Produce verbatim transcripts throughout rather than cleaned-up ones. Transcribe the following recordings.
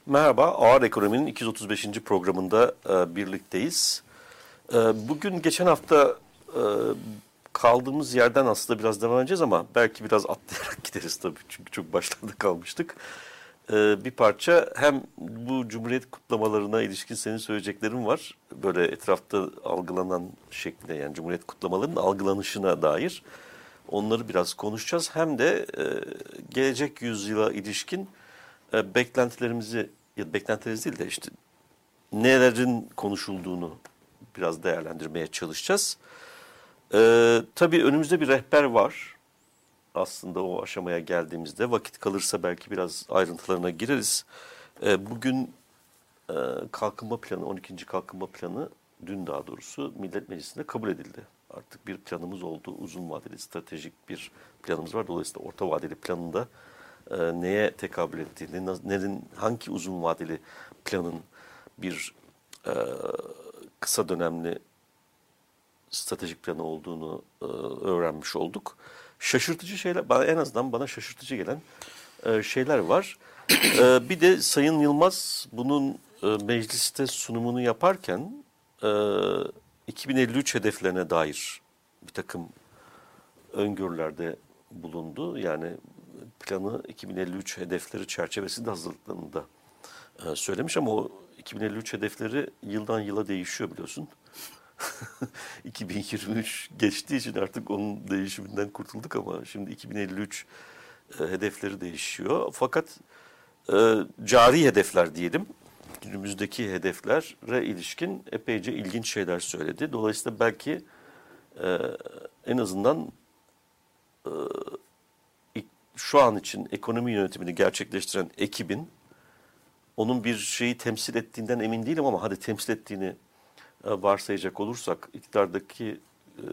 Merhaba, Ağır Ekonomi'nin iki yüz otuz beşinci programında e, birlikteyiz. E, bugün geçen hafta e, kaldığımız yerden aslında biraz devam edeceğiz ama belki biraz atlayarak gideriz tabii. Çünkü çok başlarda kalmıştık. E, bir parça hem bu Cumhuriyet kutlamalarına ilişkin senin söyleyeceklerin var. Böyle etrafta algılanan şekline, yani Cumhuriyet kutlamalarının algılanışına dair. Onları biraz konuşacağız. Hem de e, gelecek yüzyıla ilişkin e, beklentilerimizi, ya beklentilerimiz değil de işte nelerin konuşulduğunu biraz değerlendirmeye çalışacağız. E, tabii önümüzde bir rehber var. Aslında o aşamaya geldiğimizde vakit kalırsa belki biraz ayrıntılarına gireriz. E, bugün e, kalkınma planı, on ikinci kalkınma planı dün daha doğrusu Millet Meclisi'nde kabul edildi. Artık bir planımız oldu. Uzun vadeli stratejik bir planımız var. Dolayısıyla orta vadeli planında e, neye tekabül ettiğini, nerin, hangi uzun vadeli planın bir e, kısa dönemli stratejik planı olduğunu e, öğrenmiş olduk. Şaşırtıcı şeyler, bana, en azından bana şaşırtıcı gelen e, şeyler var. E, bir de Sayın Yılmaz bunun e, mecliste sunumunu yaparken e, iki bin elli üç hedeflerine dair bir takım öngörülerde bulundu. Yani planı iki bin elli üç hedefleri çerçevesinde hazırladığını da e, söylemiş ama o iki bin elli üç hedefleri yıldan yıla değişiyor biliyorsun. iki bin yirmi üç geçtiği için artık onun değişiminden kurtulduk ama şimdi iki bin elli üç e, hedefleri değişiyor. Fakat e, cari hedefler diyelim, günümüzdeki hedeflere ilişkin epeyce ilginç şeyler söyledi. Dolayısıyla belki e, en azından e, şu an için ekonomi yönetimini gerçekleştiren ekibin onun bir şeyi temsil ettiğinden emin değilim ama hadi temsil ettiğini varsayacak olursak iktidardaki e,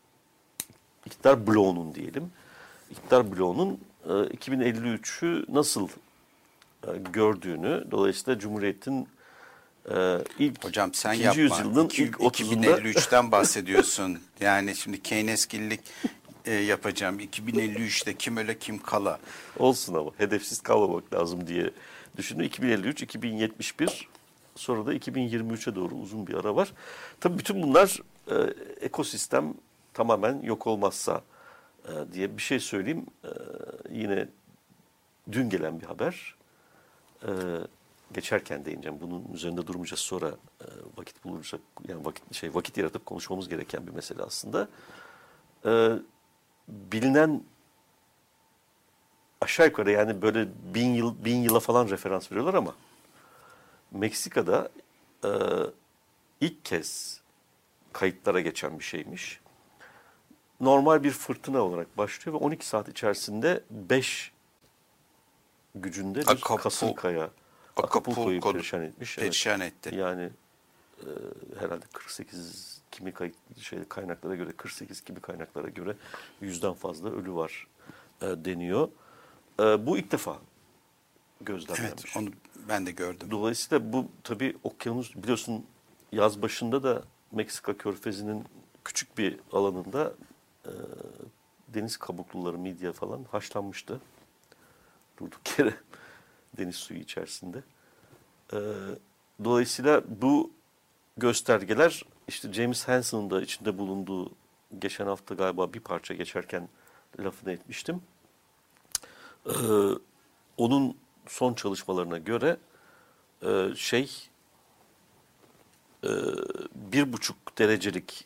iktidar bloğunun diyelim, iktidar bloğunun e, iki bin elli üçü nasıl e, gördüğünü, dolayısıyla Cumhuriyet'in e, ilk Hocam sen ikinci yapma. yüzyılın İki, ilk otuzunda iki bin elli üçten bahsediyorsun. Yani şimdi Keynesgillik e, yapacağım. iki bin elli üçte kim öle kim kala. Olsun ama hedefsiz kalmamak lazım diye düşündüm. iki bin elli üç, iki bin yetmiş bir, sonra da iki bin yirmi üçe doğru uzun bir ara var. Tabii bütün bunlar e, ekosistem tamamen yok olmazsa e, diye bir şey söyleyeyim. E, yine dün gelen bir haber. E, geçerken değineceğim. Bunun üzerinde durmayacağız, sonra e, vakit bulursak, yani vakit şey vakit yaratıp konuşmamız gereken bir mesele aslında. E, bilinen aşağı yukarı, yani böyle bin yıl bin yıla falan referans veriyorlar ama Meksika'da e, ilk kez kayıtlara geçen bir şeymiş. Normal bir fırtına olarak başlıyor ve on iki saat içerisinde beş gücünde bir Acapulco, kasırgaya Acapulco'yu perişan etmiş. Perişan evet. etti. Yani e, herhalde kırk sekiz kimi kayıt, şey, kaynaklara göre kırk sekiz kimi kaynaklara göre yüzden fazla ölü var e, deniyor. E, bu ilk defa gözlemlenmiş. Evet, onu ben de gördüm. Dolayısıyla bu tabii okyanus, biliyorsun yaz başında da Meksika Körfezi'nin küçük bir alanında e, deniz kabukluları, midye falan haşlanmıştı. Durduk yere deniz suyu içerisinde. E, dolayısıyla bu göstergeler, işte James Hansen'ın da içinde bulunduğu, geçen hafta galiba bir parça geçerken lafını etmiştim. E, onun son çalışmalarına göre e, şey e, bir buçuk derecelik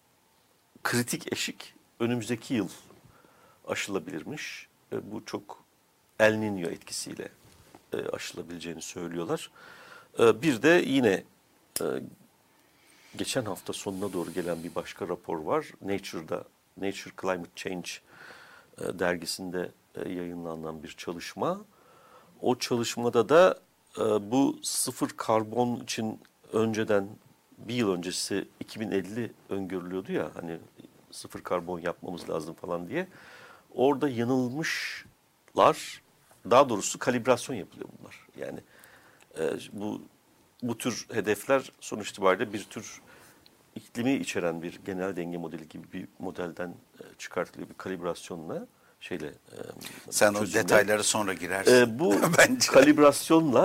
kritik eşik önümüzdeki yıl aşılabilirmiş. E, bu çok El Niño etkisiyle e, aşılabileceğini söylüyorlar. E, bir de yine e, geçen hafta sonuna doğru gelen bir başka rapor var. Nature'da, Nature Climate Change e, dergisinde e, yayınlanan bir çalışma. O çalışmada da e, bu sıfır karbon için önceden bir yıl öncesi iki bin elli öngörülüyordu ya, hani sıfır karbon yapmamız lazım falan diye. Orada yanılmışlar. Daha doğrusu kalibrasyon yapılıyor bunlar. Yani e, bu bu tür hedefler sonuç itibariyle bir tür iklimi içeren bir genel denge modeli gibi bir modelden e, çıkartılıyor bir kalibrasyonla. Şeyle, e, Sen çözümle. o detaylara sonra girersin. E, bu kalibrasyonla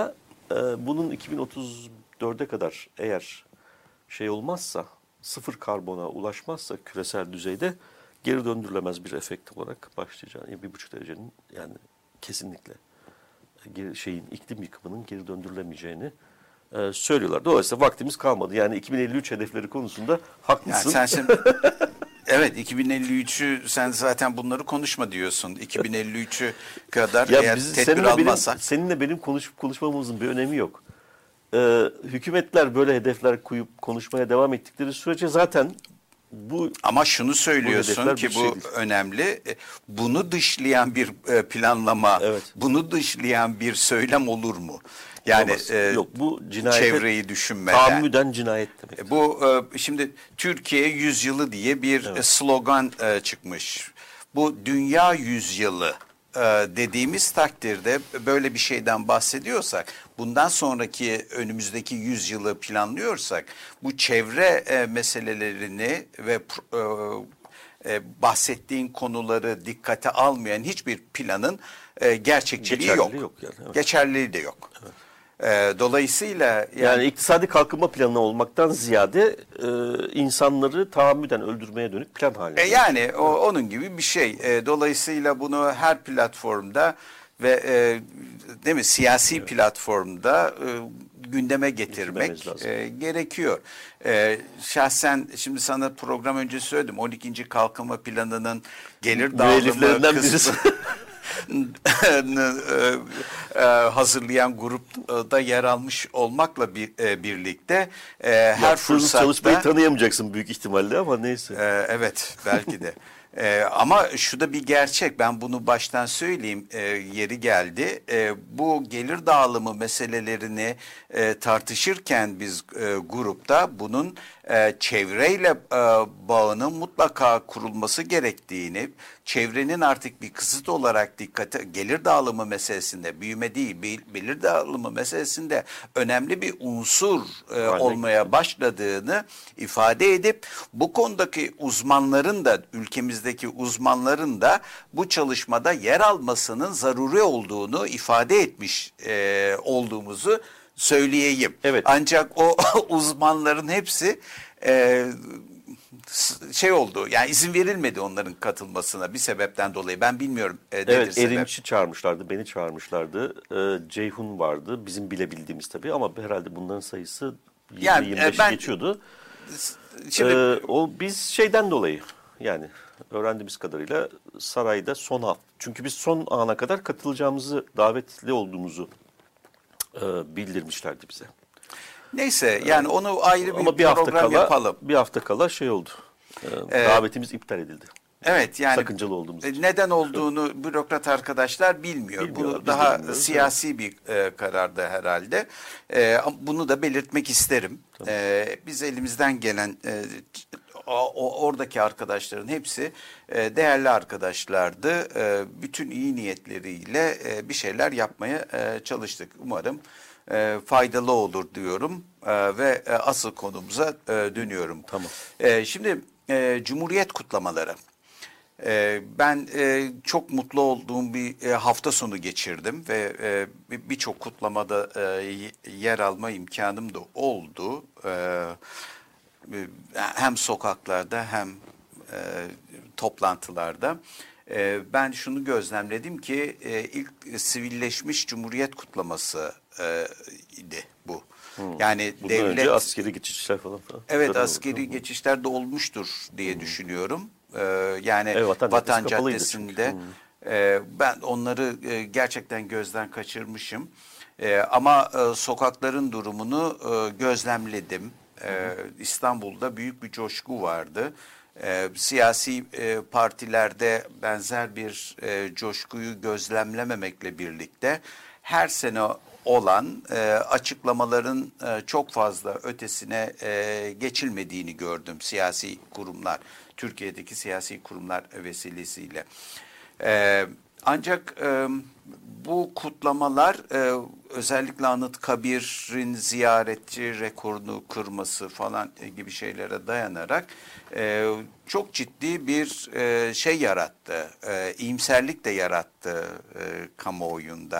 e, bunun iki bin otuz dörde kadar eğer şey olmazsa, sıfır karbona ulaşmazsa küresel düzeyde geri döndürülemez bir efekt olarak başlayacağını, yani bir buçuk derecenin yani kesinlikle geri, şeyin iklim yıkımının geri döndürülemeyeceğini e, söylüyorlar. Dolayısıyla vaktimiz kalmadı. Yani iki bin elli üç hedefleri konusunda haklısın. Yani sen şimdi, evet, iki bin elli üçü sen zaten bunları konuşma diyorsun. iki bin elli üçü kadar ya eğer biz, tedbir seninle almazsak. Benim, seninle benim konuşup konuşmamızın bir önemi yok. Ee, hükümetler böyle hedefler koyup konuşmaya devam ettikleri sürece zaten bu... Ama şunu söylüyorsun bu ki bir bu şey değil. önemli. Bunu dışlayan bir planlama, Evet. bunu dışlayan bir söylem olur mu? Yani e, yok, bu cinayete, çevreyi düşünmeden. Tahammüden cinayet demek. Bu e, şimdi Türkiye yüzyılı diye bir evet. slogan e, çıkmış. Bu dünya yüzyılı e, dediğimiz takdirde böyle bir şeyden bahsediyorsak, bundan sonraki önümüzdeki yüzyılı planlıyorsak, bu çevre e, meselelerini ve e, e, bahsettiğin konuları dikkate almayan hiçbir planın e, gerçekçiliği Geçerliliği yok. yok yani, evet. Geçerliliği de yok. Evet. Dolayısıyla yani, yani iktisadi kalkınma planı olmaktan ziyade e, insanları tahammüden öldürmeye dönük plan haline. E yani o, onun gibi bir şey. E, dolayısıyla bunu her platformda ve e, değil mi siyasi evet. platformda e, gündeme getirmek e, gerekiyor. E, şahsen şimdi sana program önce söyledim. on ikinci kalkınma planının gelir dağılımı kısmı hazırlayan grupta yer almış olmakla bir, e, birlikte e, her Yaptığınız fırsatta çalışmayı tanıyamayacaksın büyük ihtimalle ama neyse. E, evet belki de. Ee, ama şu da bir gerçek, ben bunu baştan söyleyeyim, ee, yeri geldi. Ee, bu gelir dağılımı meselelerini e, tartışırken biz e, grupta bunun e, çevreyle e, bağının mutlaka kurulması gerektiğini, çevrenin artık bir kısıt olarak dikkate, gelir dağılımı meselesinde, büyüme değil, gelir dağılımı meselesinde önemli bir unsur e, olmaya başladığını ifade edip, bu konudaki uzmanların da, ülkemizdeki uzmanların da bu çalışmada yer almasının zaruri olduğunu ifade etmiş e, olduğumuzu söyleyeyim. Evet. Ancak o uzmanların hepsi e, şey oldu, yani izin verilmedi onların katılmasına bir sebepten dolayı. Ben bilmiyorum e, nedir evet, sebep. Erinç'i çağırmışlardı, beni çağırmışlardı. Ee, Ceyhun vardı, bizim bilebildiğimiz tabii ama herhalde bunların sayısı yirmi yirmi beşi yani, geçiyordu. Şimdi, ee, o biz şeyden dolayı yani öğrendiğimiz kadarıyla sarayda son hafta. Çünkü biz son ana kadar katılacağımızı, davetli olduğumuzu e, bildirmişlerdi bize. Neyse yani onu ayrı bir, Ama bir program hafta kala, yapalım. Bir hafta kala şey oldu. E, ee, davetimiz iptal edildi. Evet yani sakıncalı olduğumuz için. Neden olduğunu bürokrat arkadaşlar bilmiyor. Bu daha siyasi evet. bir e, karardı herhalde. E, bunu da belirtmek isterim. E, biz elimizden gelen e, o, oradaki arkadaşların hepsi e, değerli arkadaşlardı. E, bütün iyi niyetleriyle e, bir şeyler yapmaya e, çalıştık. Umarım e, faydalı olur diyorum e, ve e, asıl konumuza e, dönüyorum. Tamam. E, şimdi e, Cumhuriyet kutlamaları. Ben çok mutlu olduğum bir hafta sonu geçirdim ve birçok kutlamada yer alma imkanım da oldu. Hem sokaklarda hem toplantılarda. Ben şunu gözlemledim ki ilk sivilleşmiş Cumhuriyet kutlaması idi bu. Hmm. Yani bundan devlet önce askeri geçişler falan. falan. Evet, Tabii askeri olur. geçişler de olmuştur diye hmm. düşünüyorum. Yani evet, Vatan, Vatan Caddesi'nde e, ben onları e, gerçekten gözden kaçırmışım. E, ama e, sokakların durumunu e, gözlemledim. E, İstanbul'da büyük bir coşku vardı. E, siyasi e, partilerde benzer bir e, coşkuyu gözlemlememekle birlikte her sene olan e, açıklamaların e, çok fazla ötesine e, geçilmediğini gördüm siyasi kurumlar, Türkiye'deki siyasi kurumlar vesilesiyle. E, ancak e, bu kutlamalar e, özellikle Anıtkabir'in ziyaretçi rekorunu kırması falan gibi şeylere dayanarak e, çok ciddi bir e, şey yarattı, e, iyimserlik de yarattı e, kamuoyunda.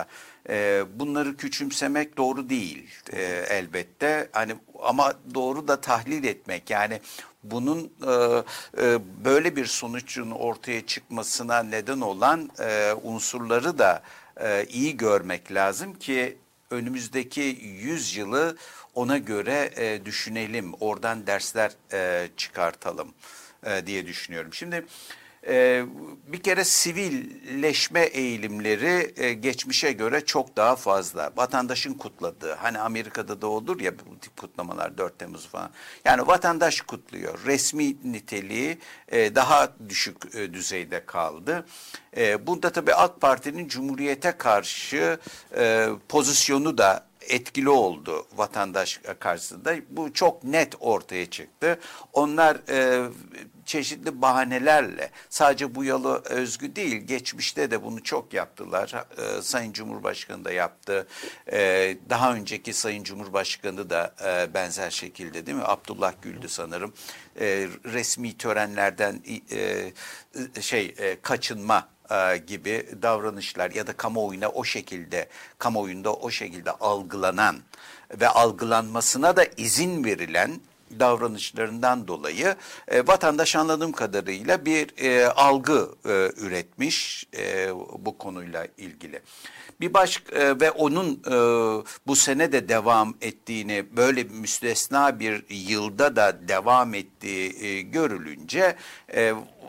E, bunları küçümsemek doğru değil e, elbette. Hani ama doğru da tahlil etmek, yani bunun e, e, böyle bir sonucun ortaya çıkmasına neden olan e, unsurları da e, iyi görmek lazım ki önümüzdeki yüz yılı ona göre e, düşünelim, oradan dersler e, çıkartalım e, diye düşünüyorum. Şimdi e, bir kere sivilleşme eğilimleri e, geçmişe göre çok daha fazla. Vatandaşın kutladığı, hani Amerika'da da olur ya bu tip kutlamalar, dört Temmuz falan. Yani vatandaş kutluyor. Resmi niteliği e, daha düşük e, düzeyde kaldı. E, bunda tabii AK Parti'nin Cumhuriyete karşı e, pozisyonu da etkili oldu vatandaş karşısında. Bu çok net ortaya çıktı. Onlar e, çeşitli bahanelerle, sadece bu yıla özgü değil, geçmişte de bunu çok yaptılar. E, Sayın Cumhurbaşkanı da yaptı. E, daha önceki Sayın Cumhurbaşkanı da e, benzer şekilde, değil mi? Abdullah Gül'dü sanırım. E, resmi törenlerden e, şey e, kaçınma gibi davranışlar ya da kamuoyuna o şekilde, kamuoyunda o şekilde algılanan ve algılanmasına da izin verilen davranışlarından dolayı e, vatandaş anladığım kadarıyla bir e, algı e, üretmiş e, bu konuyla ilgili. Bir başka e, ve onun e, bu sene de devam ettiğini, böyle müstesna bir yılda da devam ettiği e, görülünce e,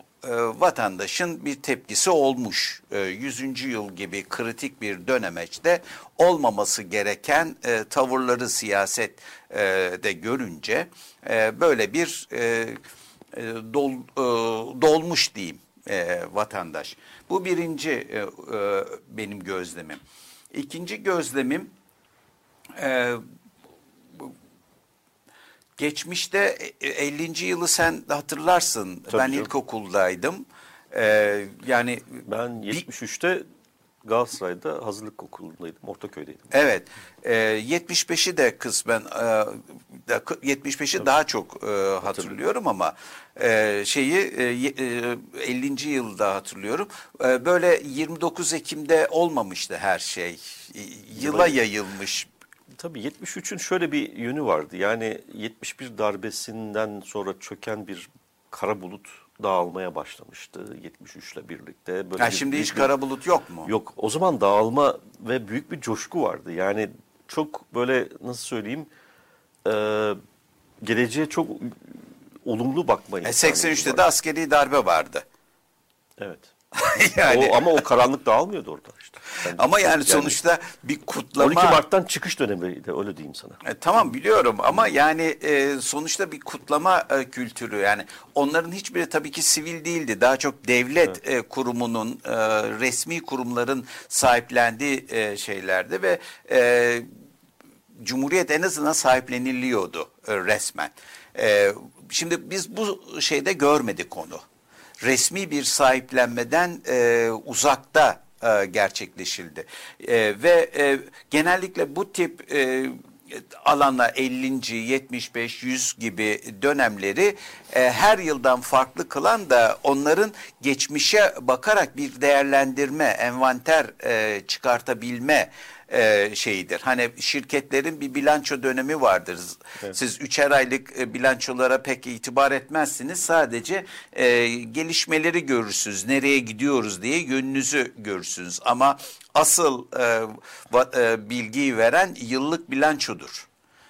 vatandaşın bir tepkisi olmuş. yüzüncü yıl gibi kritik bir dönemeçte olmaması gereken e, tavırları siyasette görünce e, böyle bir e, e, dol, e, dolmuş diyeyim e, vatandaş. Bu birinci e, e, benim gözlemim. İkinci gözlemim, e, geçmişte ellinci yılı sen hatırlarsın. Tabii ben canım. ilkokuldaydım. Ee, yani Ben yetmiş üçte Galatasaray'da hazırlık okulundaydım, Ortaköy'deydim. evet, e, yetmiş beşi de kısmen e, yetmiş beşi Tabii. daha çok e, hatırlıyorum ama e, şeyi e, ellinci yılda hatırlıyorum. E, böyle yirmi dokuz Ekim'de olmamıştı her şey. Yıla yayılmış. Tabii yetmiş üçün şöyle bir yönü vardı. Yani yetmiş bir darbesinden sonra çöken bir kara bulut dağılmaya başlamıştı yetmiş üçle birlikte. Böyle ya bir, şimdi bir, hiç kara bulut yok mu? Yok. O zaman dağılma ve büyük bir coşku vardı. Yani çok böyle, nasıl söyleyeyim, e, geleceğe çok olumlu bakmayı. E, seksen üçte de askeri darbe vardı. Evet. yani. O, ama o karanlık dağılmıyordu orada işte. Yani, ama yani sonuçta yani, bir kutlama. on iki Mart'tan çıkış dönemiydi, öyle diyeyim sana. E, tamam biliyorum ama yani e, sonuçta bir kutlama e, kültürü, yani onların hiçbiri tabii ki sivil değildi. Daha çok devlet evet. e, kurumunun, e, resmi kurumların sahiplendiği e, şeylerdi ve e, Cumhuriyet en azından sahipleniliyordu e, resmen. E, şimdi biz bu şeyde görmedik onu. Resmi bir sahiplenmeden e, uzakta e, gerçekleşildi. E, ve e, genellikle bu tip e, alanla ellinci, yetmiş beş, yüz gibi dönemleri e, her yıldan farklı kılan da onların geçmişe bakarak bir değerlendirme, envanter e, çıkartabilme e, şeyidir. Hani şirketlerin bir bilanço dönemi vardır. Evet. Siz üçer aylık e, bilançolara pek itibar etmezsiniz. Sadece e, gelişmeleri görürsünüz. Nereye gidiyoruz diye yönünüzü görürsünüz. Ama asıl e, va, e, bilgiyi veren yıllık bilançodur.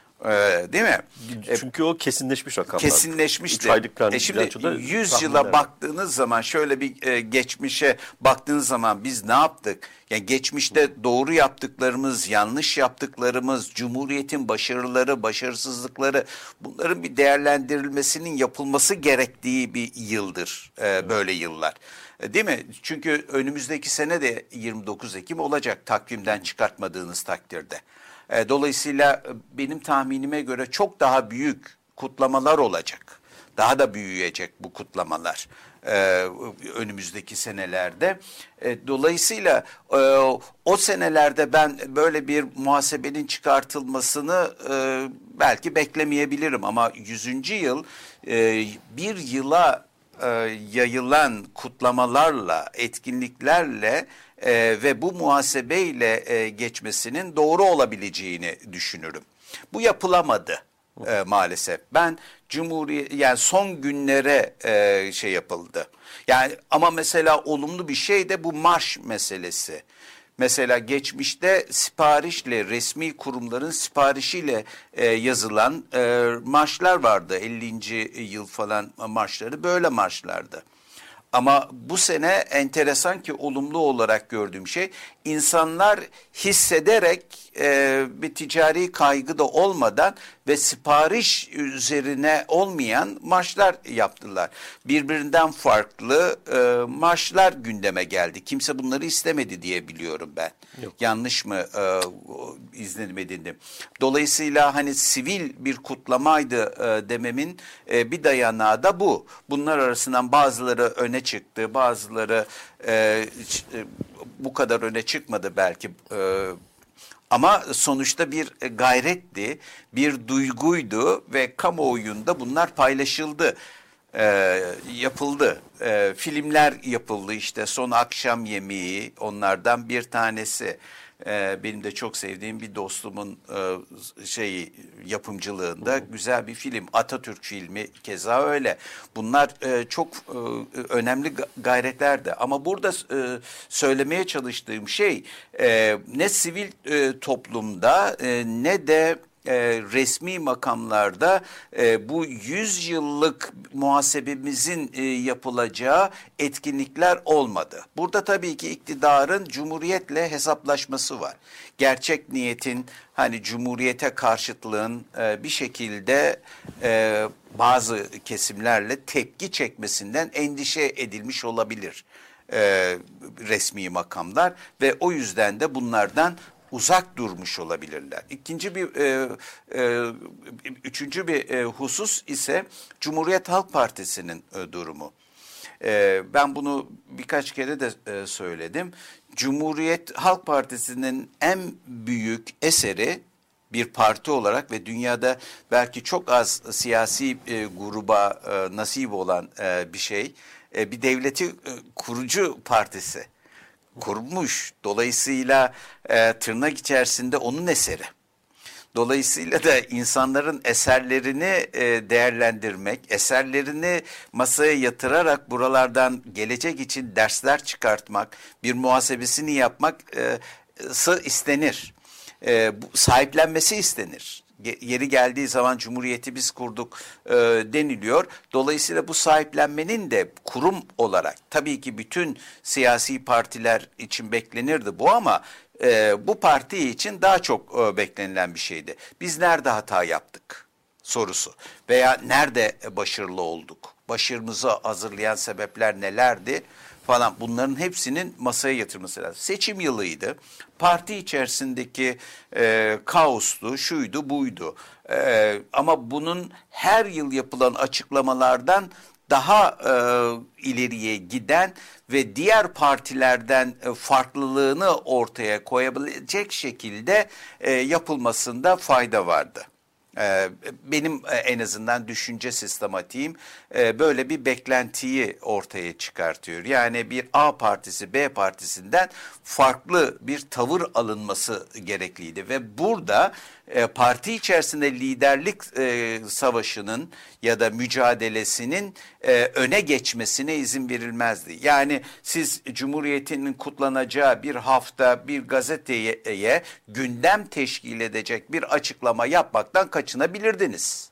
Ee, değil mi? Çünkü o kesinleşmiş rakamlar. Kesinleşmişti. üç aylık plan, e şimdi yüz yıla baktığınız zaman, şöyle bir e, geçmişe baktığınız zaman biz ne yaptık? Yani geçmişte doğru yaptıklarımız, yanlış yaptıklarımız, Cumhuriyet'in başarıları, başarısızlıkları, bunların bir değerlendirilmesinin yapılması gerektiği bir yıldır e, evet. böyle yıllar. E, değil mi? Çünkü önümüzdeki sene de yirmi dokuz Ekim olacak, takvimden çıkartmadığınız takdirde. Dolayısıyla benim tahminime göre çok daha büyük kutlamalar olacak. Daha da büyüyecek bu kutlamalar e, önümüzdeki senelerde. E, dolayısıyla e, o senelerde ben böyle bir muhasebenin çıkartılmasını e, belki beklemeyebilirim. Ama yüzüncü yıl e, bir yıla e, yayılan kutlamalarla, etkinliklerle e, ve bu muhasebeyle e, geçmesinin doğru olabileceğini düşünürüm. Bu yapılamadı e, maalesef. Ben Cumhuriyet yani son günlere e, şey yapıldı. Yani ama mesela olumlu bir şey de bu marş meselesi. Mesela geçmişte siparişle, resmi kurumların siparişiyle e, yazılan e, marşlar vardı. ellinci yıl falan marşları böyle marşlardı. Ama bu sene enteresan ki olumlu olarak gördüğüm şey, insanlar hissederek e, bir ticari kaygı da olmadan ve sipariş üzerine olmayan marşlar yaptılar. Birbirinden farklı e, marşlar gündeme geldi. Kimse bunları istemedi diye biliyorum ben. Yok. Yanlış mı e, izledim edindim. Dolayısıyla hani sivil bir kutlamaydı e, dememin e, bir dayanağı da bu. Bunlar arasından bazıları öne çıktı, bazıları e, e, bu kadar öne çıkmadı belki. E, ama sonuçta bir gayretti, bir duyguydu ve kamuoyunda bunlar paylaşıldı. Ee, yapıldı. Ee, filmler yapıldı, işte Son Akşam Yemeği onlardan bir tanesi. Ee, benim de çok sevdiğim bir dostumun e, şey yapımcılığında güzel bir film. Atatürk filmi keza öyle. Bunlar e, çok e, önemli gayretlerdi. Ama burada e, söylemeye çalıştığım şey e, ne sivil e, toplumda e, ne de E, resmi makamlarda e, bu yüz yıllık muhasebemizin e, yapılacağı etkinlikler olmadı. Burada tabii ki iktidarın Cumhuriyet'le hesaplaşması var. Gerçek niyetin hani Cumhuriyet'e karşıtlığın e, bir şekilde e, bazı kesimlerle tepki çekmesinden endişe edilmiş olabilir e, resmi makamlar ve o yüzden de bunlardan uzak durmuş olabilirler. İkinci bir, e, e, üçüncü bir e, husus ise Cumhuriyet Halk Partisi'nin e, durumu. E, ben bunu birkaç kere de e, söyledim. Cumhuriyet Halk Partisi'nin en büyük eseri bir parti olarak ve dünyada belki çok az siyasi e, gruba e, nasip olan e, bir şey, e, bir devleti e, kurucu partisi. Kurmuş. Dolayısıyla e, tırnak içerisinde onun eseri. Dolayısıyla da insanların eserlerini e, değerlendirmek, eserlerini masaya yatırarak buralardan gelecek için dersler çıkartmak, bir muhasebesini yapmak e, istenir. E, bu, sahiplenmesi istenir. Yeri geldiği zaman Cumhuriyeti biz kurduk e, deniliyor. Dolayısıyla bu sahiplenmenin de kurum olarak tabii ki bütün siyasi partiler için beklenirdi bu ama e, bu parti için daha çok e, beklenilen bir şeydi. Biz nerede hata yaptık sorusu veya nerede başarılı olduk? Başarımızı hazırlayan sebepler nelerdi? Falan bunların hepsinin masaya yatırması lazım. Seçim yılıydı. Parti içerisindeki e, kaostu, şuydu, buydu. E, ama bunun her yıl yapılan açıklamalardan daha e, ileriye giden ve diğer partilerden e, farklılığını ortaya koyabilecek şekilde e, yapılmasında fayda vardı. Benim en azından düşünce sistematiğim böyle bir beklentiyi ortaya çıkartıyor. Yani bir A partisi B partisinden farklı bir tavır alınması gerekliydi ve burada parti içerisinde liderlik savaşının ya da mücadelesinin öne geçmesine izin verilmezdi. Yani siz Cumhuriyet'in kutlanacağı bir hafta bir gazeteye gündem teşkil edecek bir açıklama yapmaktan kaçınabilirdiniz.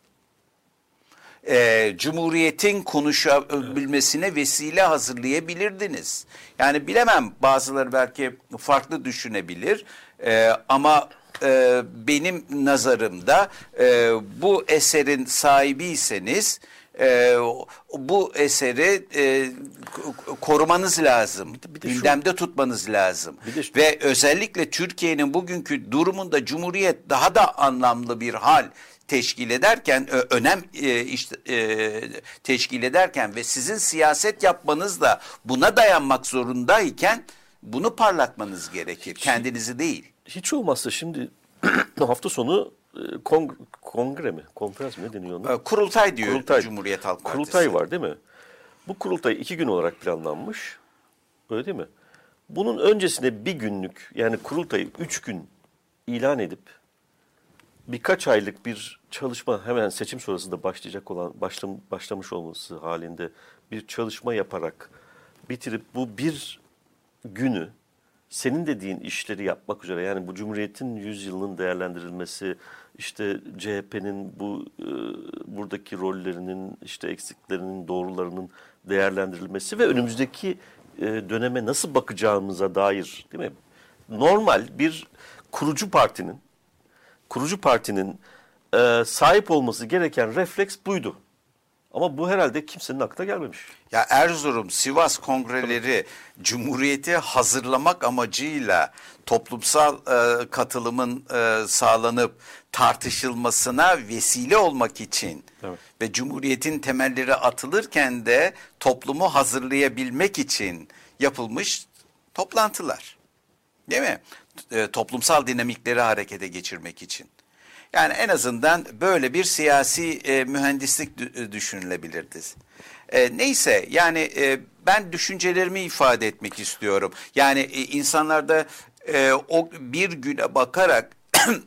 Ee, Cumhuriyet'in konuşabilmesine vesile hazırlayabilirdiniz. Yani bilemem, bazıları belki farklı düşünebilir ee, ama e, benim nazarımda e, bu eserin sahibiyseniz e, bu eseri e, korumanız lazım. Bir de, bir de gündemde şu, tutmanız lazım. Bir de şu, ve özellikle Türkiye'nin bugünkü durumunda Cumhuriyet daha da anlamlı bir hal teşkil ederken, önem e, işte, e, teşkil ederken ve sizin siyaset yapmanız da buna dayanmak zorundayken bunu parlatmanız gerekir. Hiç, kendinizi değil. Hiç olmazsa şimdi hafta sonu kong kongre mi? Konferans mı deniyor ona? Kurultay diyor kurultay. Cumhuriyet Halk Partisi. Kurultay var değil mi? Bu kurultay iki gün olarak planlanmış. Öyle değil mi? Bunun öncesine bir günlük yani kurultayı üç gün ilan edip birkaç aylık bir çalışma hemen seçim sonrasında başlayacak olan başlam, başlamış olması halinde bir çalışma yaparak bitirip bu bir günü senin dediğin işleri yapmak üzere yani bu Cumhuriyet'in yüz yılının değerlendirilmesi, işte C H P'nin bu e, buradaki rollerinin, işte eksiklerinin, doğrularının değerlendirilmesi ve önümüzdeki e, döneme nasıl bakacağımıza dair, değil mi? Normal bir kurucu partinin kurucu partinin e, sahip olması gereken refleks buydu. Ama bu herhalde kimsenin aklına gelmemiş. Ya Erzurum, Sivas kongreleri Cumhuriyeti hazırlamak amacıyla toplumsal e, katılımın e, sağlanıp tartışılmasına vesile olmak için Evet. ve Cumhuriyet'in temelleri atılırken de toplumu hazırlayabilmek için yapılmış toplantılar. Değil mi? E, toplumsal dinamikleri harekete geçirmek için. Yani en azından böyle bir siyasi e, mühendislik d- düşünülebilirdi. E, neyse yani e, ben düşüncelerimi ifade etmek istiyorum. Yani e, insanlarda e, o bir güne bakarak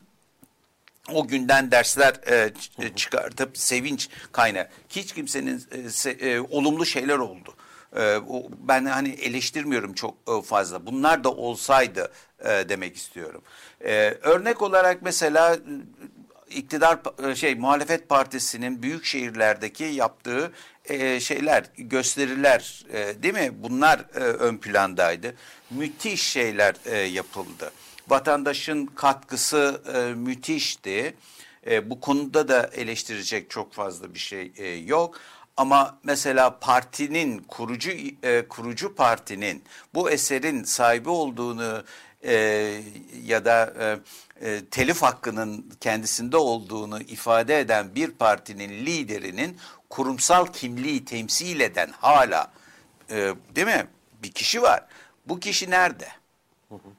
o günden dersler e, ç- çıkartıp sevinç kaynağı. Hiç kimsenin e, se- e, olumlu şeyler oldu. E, o, ben hani eleştirmiyorum çok e, fazla. Bunlar da olsaydı e, demek istiyorum. E, örnek olarak mesela iktidar şey muhalefet partisinin büyük şehirlerdeki yaptığı e, şeyler, gösteriler e, değil mi? Bunlar e, ön plandaydı. Müthiş şeyler e, yapıldı. Vatandaşın katkısı e, müthişti. E, bu konuda da eleştirecek çok fazla bir şey e, yok. Ama mesela partinin kurucu e, kurucu partinin bu eserin sahibi olduğunu e, ya da e, e, telif hakkının kendisinde olduğunu ifade eden bir partinin liderinin kurumsal kimliği temsil eden hala e, değil mi bir kişi var. Bu kişi nerede? Hı hı.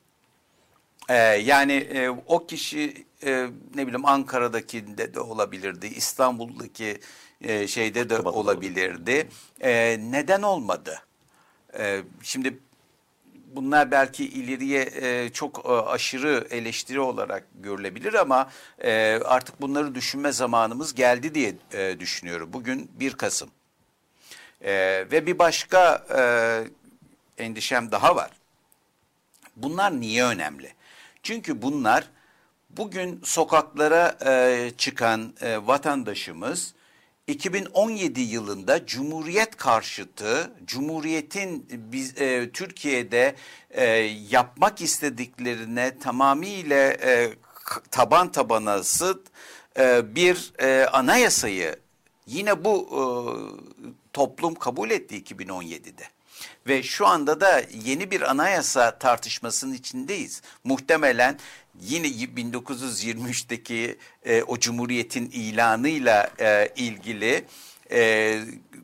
Ee, yani e, o kişi e, ne bileyim Ankara'daki de, de olabilirdi, İstanbul'daki e, şeyde de olabilirdi. E, neden olmadı? E, şimdi bunlar belki ileriye e, çok e, aşırı eleştiri olarak görülebilir ama e, artık bunları düşünme zamanımız geldi diye e, düşünüyorum. Bugün bir Kasım e, ve bir başka e, endişem daha var. Bunlar niye önemli? Çünkü bunlar bugün sokaklara e, çıkan e, vatandaşımız iki bin on yedi yılında Cumhuriyet karşıtı, Cumhuriyet'in biz e, Türkiye'de e, yapmak istediklerine tamamıyla e, taban tabana zıt e, bir e, anayasayı yine bu e, toplum kabul etti iki bin on yedide. Ve şu anda da yeni bir anayasa tartışmasının içindeyiz. Muhtemelen yine bin dokuz yüz yirmi üçteki e, o Cumhuriyet'in ilanıyla e, ilgili e,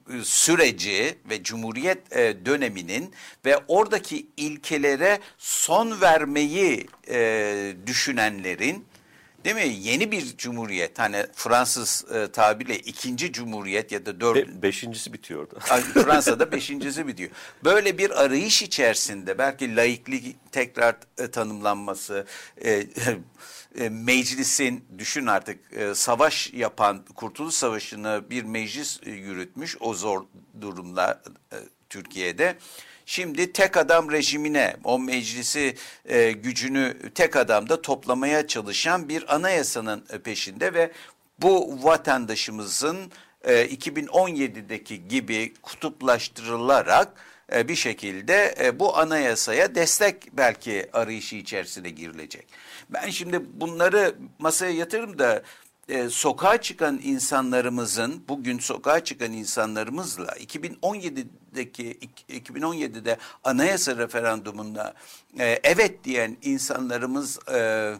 süreci ve Cumhuriyet e, döneminin ve oradaki ilkelere son vermeyi e, düşünenlerin, değil mi? Yeni bir cumhuriyet, hani Fransız e, tabirle ikinci cumhuriyet ya da dört... Be, beşincisi bitiyor orada. Fransa'da beşincisi bitiyor. Böyle bir arayış içerisinde belki laiklik tekrar e, tanımlanması, e, e, meclisin, düşün artık e, savaş yapan, Kurtuluş Savaşı'nı bir meclis e, yürütmüş o zor durumda e, Türkiye'de. Şimdi tek adam rejimine, o meclisi e, gücünü tek adamda toplamaya çalışan bir anayasanın peşinde ve bu vatandaşımızın e, iki bin on yedideki gibi kutuplaştırılarak e, bir şekilde e, bu anayasaya destek belki arayışı içerisine girilecek. Ben şimdi bunları masaya yatırırım da e, sokağa çıkan insanlarımızın, bugün sokağa çıkan insanlarımızla iki bin on yedideki iki bin on yedide anayasa referandumunda e, evet diyen insanlarımızı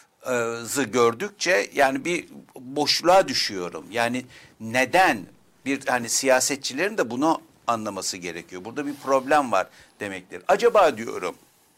e, gördükçe yani bir boşluğa düşüyorum. Yani neden bir hani siyasetçilerin de bunu anlaması gerekiyor. Burada bir problem var demektir. Acaba diyorum,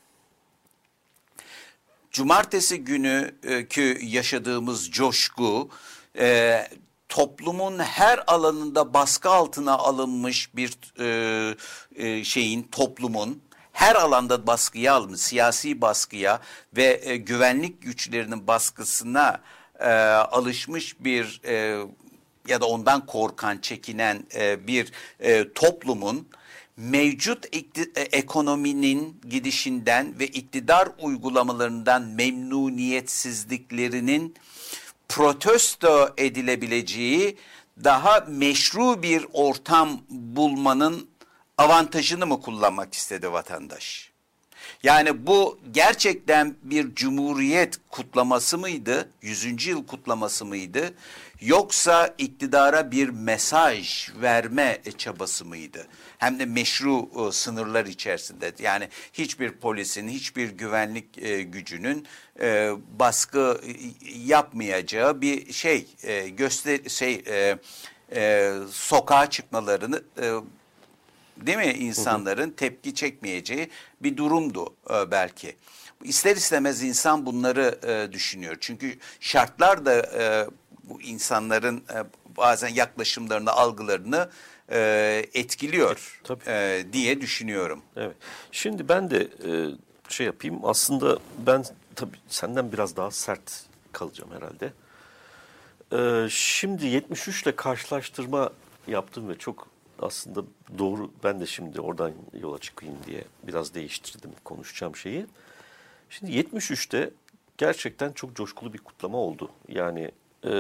cumartesi günkü yaşadığımız coşku e, toplumun her alanında baskı altına alınmış bir e, e, şeyin, toplumun her alanda baskıya alınmış, siyasi baskıya ve e, güvenlik güçlerinin baskısına e, alışmış bir e, ya da ondan korkan, çekinen e, bir e, toplumun mevcut ikti- e, ekonominin gidişinden ve iktidar uygulamalarından memnuniyetsizliklerinin protesto edilebileceği daha meşru bir ortam bulmanın avantajını mı kullanmak istedi vatandaş? Yani bu gerçekten bir cumhuriyet kutlaması mıydı? yüzüncü yıl kutlaması mıydı? Yoksa iktidara bir mesaj verme çabası mıydı? Hem de meşru e, sınırlar içerisinde. Yani hiçbir polisin, hiçbir güvenlik e, gücünün e, baskı e, yapmayacağı bir şey e, göster şey e, e, sokağa çıkmalarını e, değil mi insanların tepki çekmeyeceği bir durumdu e, belki. İster istemez insan bunları e, düşünüyor. Çünkü şartlar da e, bu insanların e, bazen yaklaşımlarını, algılarını e, etkiliyor e, diye düşünüyorum. Evet. Şimdi ben de e, şey yapayım. Aslında ben tabii senden biraz daha sert kalacağım herhalde. E, şimdi yetmiş üç ile karşılaştırma yaptım ve çok aslında doğru. Ben de şimdi oradan yola çıkayım diye biraz değiştirdim konuşacağım şeyi. Şimdi yetmiş üçte gerçekten çok coşkulu bir kutlama oldu. Yani e,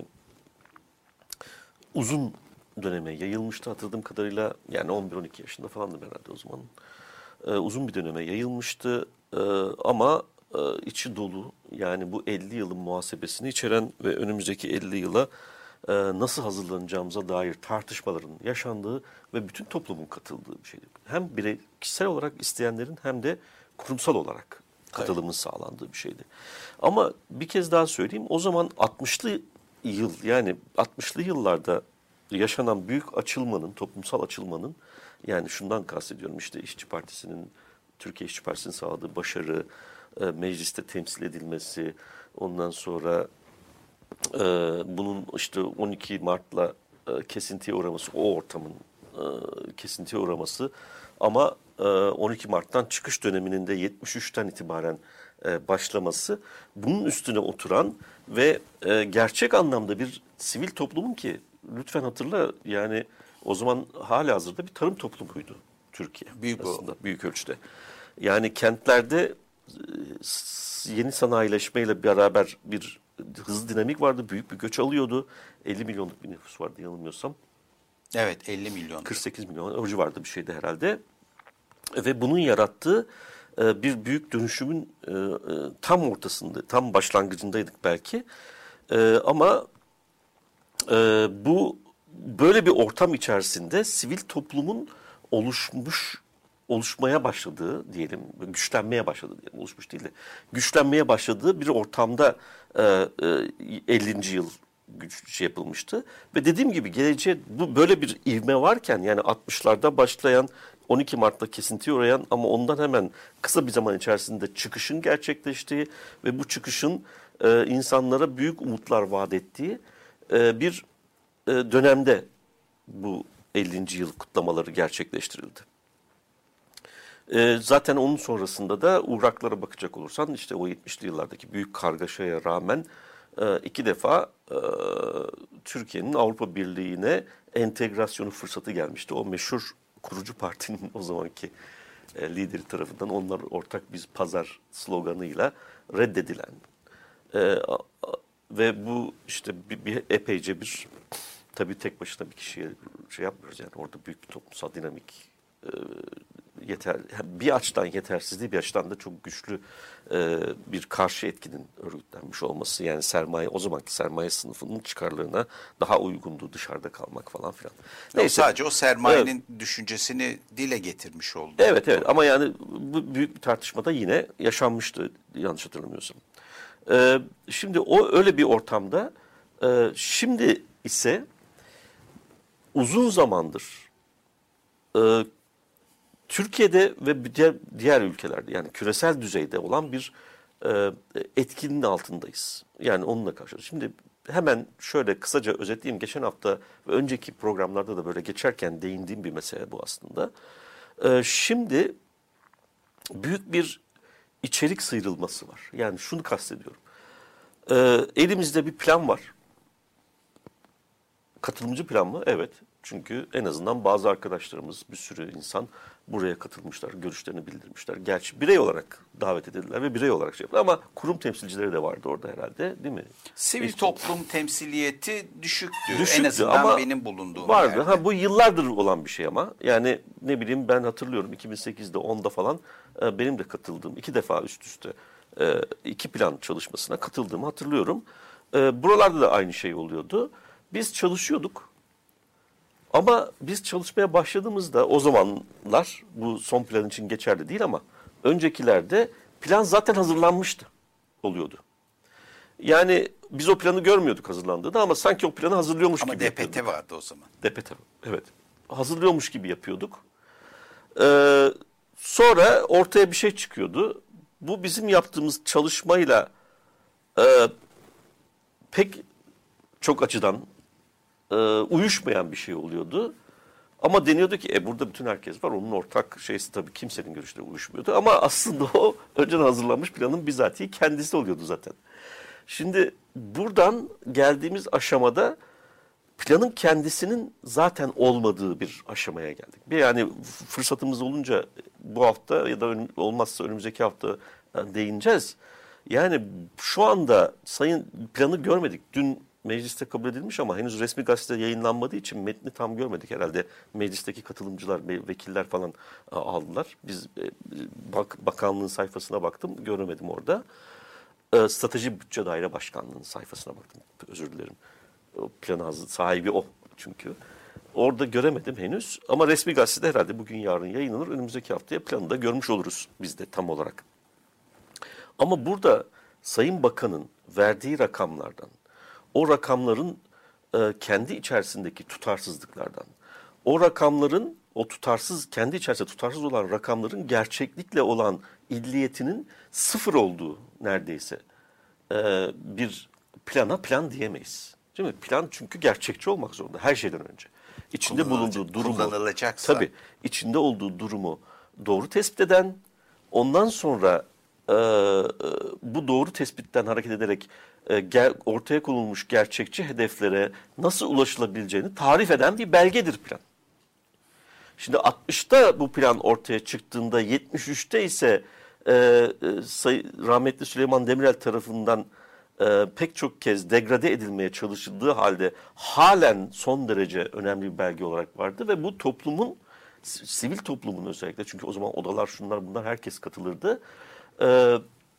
uzun döneme yayılmıştı hatırladığım kadarıyla. Yani on bir on iki yaşında falandım herhalde o zaman. E, uzun bir döneme yayılmıştı e, ama e, içi dolu. Yani bu elli yılın muhasebesini içeren ve önümüzdeki elli yıla e, nasıl hazırlanacağımıza dair tartışmaların yaşandığı ve bütün toplumun katıldığı bir şeydi. Hem birey kişisel olarak isteyenlerin hem de kurumsal olarak katılımın sağlandığı bir şeydi. Ama bir kez daha söyleyeyim, o zaman altmışlı yıl, yani altmışlı yıllarda yaşanan büyük açılmanın, toplumsal açılmanın, yani şundan kastediyorum, işte İşçi Partisi'nin, Türkiye İşçi Partisi'nin sağladığı başarı, e, mecliste temsil edilmesi, ondan sonra e, bunun işte on iki Mart'la e, kesintiye uğraması, o ortamın e, kesintiye uğraması, ama e, on iki Mart'tan çıkış döneminin de yetmiş üçten itibaren e, başlaması, bunun üstüne oturan ve e, gerçek anlamda bir sivil toplumun, ki lütfen hatırla, yani o zaman halihazırda bir tarım toplumuydu Türkiye. Büyük aslında o. büyük ölçüde. Yani kentlerde yeni sanayileşmeyle beraber bir hızlı dinamik vardı. Büyük bir göç alıyordu. elli milyonluk bir nüfus vardı yanılmıyorsam. Evet, elli milyon. kırk sekiz milyon o civarda bir şeydi herhalde. Ve bunun yarattığı bir büyük dönüşümün tam ortasında, tam başlangıcındaydık belki. Ama bu böyle bir ortam içerisinde sivil toplumun oluşmuş oluşmaya başladığı diyelim, güçlenmeye başladığı diyelim, oluşmuş değil de güçlenmeye başladığı bir ortamda ellinci yıl şey yapılmıştı. Ve dediğim gibi geleceğe bu böyle bir ivme varken, yani altmışlarda başlayan, on iki Mart'ta kesintiye uğrayan ama ondan hemen kısa bir zaman içerisinde çıkışın gerçekleştiği ve bu çıkışın e, insanlara büyük umutlar vaat ettiği e, bir e, dönemde bu ellinci yıl kutlamaları gerçekleştirildi. E, zaten onun sonrasında da uğraklara bakacak olursan, işte o yetmişli yıllardaki büyük kargaşaya rağmen e, iki defa e, Türkiye'nin Avrupa Birliği'ne entegrasyonu fırsatı gelmişti. O meşhur kurucu partinin o zamanki e, lideri tarafından onlar ortak biz pazar sloganıyla reddedilen e, a, a, ve bu işte bir, bir epeyce bir, tabii tek başına bir kişiye şey yapmıyoruz, yani orada büyük bir toplumsal dinamik e, yeter, bir açıdan yetersizliği, bir açıdan da çok güçlü e, bir karşı etkinin örgütlenmiş olması, yani sermaye, o zamanki sermaye sınıfının çıkarlarına daha uygundu dışarıda kalmak falan filan. Neyse. Sadece o sermayenin evet. düşüncesini dile getirmiş oldu. Evet evet, ama yani bu büyük bir tartışmada yine yaşanmıştı yanlış hatırlamıyorsam. Ee, şimdi o öyle bir ortamda, e, şimdi ise uzun zamandır e, Türkiye'de ve diğer, diğer ülkelerde, yani küresel düzeyde olan bir e, etkinin altındayız. Yani onunla karşılaşıyoruz. Şimdi hemen şöyle kısaca özetleyeyim. Geçen hafta ve önceki programlarda da böyle geçerken değindiğim bir mesele bu aslında. E, şimdi büyük bir içerik sıyrılması var. Yani şunu kastediyorum. Ee, elimizde bir plan var. Katılımcı plan mı? Evet. Çünkü en azından bazı arkadaşlarımız, bir sürü insan buraya katılmışlar, görüşlerini bildirmişler. Gerçi birey olarak davet edildiler ve birey olarak şey yaptılar ama kurum temsilcileri de vardı orada herhalde, değil mi? Sivil İşte, toplum temsiliyeti düşüktü. düşüktü En azından ama benim bulunduğum vardı. yerde. Ha, bu yıllardır olan bir şey ama. Yani ne bileyim, ben hatırlıyorum iki bin sekizde, onda falan e, benim de katıldığım, iki defa üst üste e, iki plan çalışmasına katıldığımı hatırlıyorum. E, buralarda da aynı şey oluyordu. Biz çalışıyorduk. Ama biz çalışmaya başladığımızda, o zamanlar, bu son plan için geçerli değil ama öncekilerde plan zaten hazırlanmıştı oluyordu. Yani biz o planı görmüyorduk hazırlandığını ama sanki o planı hazırlıyormuş Ama gibi D P T yapıyorduk. vardı o zaman. D P T, evet. Hazırlıyormuş gibi yapıyorduk. Ee, sonra ortaya bir şey çıkıyordu. Bu bizim yaptığımız çalışmayla e, pek çok açıdan e, uyuşmayan bir şey oluyordu. Ama deniyordu ki e, burada bütün herkes var. Onun ortak şeysi tabii kimsenin görüşleri uyuşmuyordu. Ama aslında o önceden hazırlanmış planın bizatihi kendisi oluyordu zaten. Şimdi buradan geldiğimiz aşamada planın kendisinin zaten olmadığı bir aşamaya geldik. Bir yani fırsatımız olunca bu hafta ya da ön, olmazsa önümüzdeki hafta değineceğiz. Yani şu anda sayın planı görmedik. Dün mecliste kabul edilmiş ama henüz resmi gazetede yayınlanmadığı için metni tam görmedik herhalde. Meclisteki katılımcılar, vekiller falan aldılar. Biz bak, bakanlığın sayfasına baktım, göremedim orada. Strateji Bütçe Daire Başkanlığı'nın sayfasına baktım. Özür dilerim. O planı hazır, sahibi o çünkü. Orada göremedim henüz ama resmi gazetede herhalde bugün yarın yayınlanır. Önümüzdeki haftaya planı da görmüş oluruz biz de tam olarak. Ama burada Sayın Bakan'ın verdiği rakamlardan, o rakamların e, kendi içerisindeki tutarsızlıklardan, o rakamların, o tutarsız, kendi içerisinde tutarsız olan rakamların gerçeklikle olan illiyetinin sıfır olduğu neredeyse e, bir plana plan diyemeyiz. Değil mi? Plan çünkü gerçekçi olmak zorunda her şeyden önce. İçinde bulunduğu durumu, kullanılacaksa. tabii içinde olduğu durumu doğru tespit eden, ondan sonra e, e, bu doğru tespitten hareket ederek e, ger, ortaya konulmuş gerçekçi hedeflere nasıl ulaşılabileceğini tarif eden bir belgedir plan. Şimdi altmışta bu plan ortaya çıktığında, yetmiş üçte ise e, e, say, rahmetli Süleyman Demirel tarafından e, pek çok kez degrade edilmeye çalışıldığı halde halen son derece önemli bir belge olarak vardı ve bu toplumun, sivil toplumun özellikle, çünkü o zaman odalar, şunlar bunlar, herkes katılırdı. E,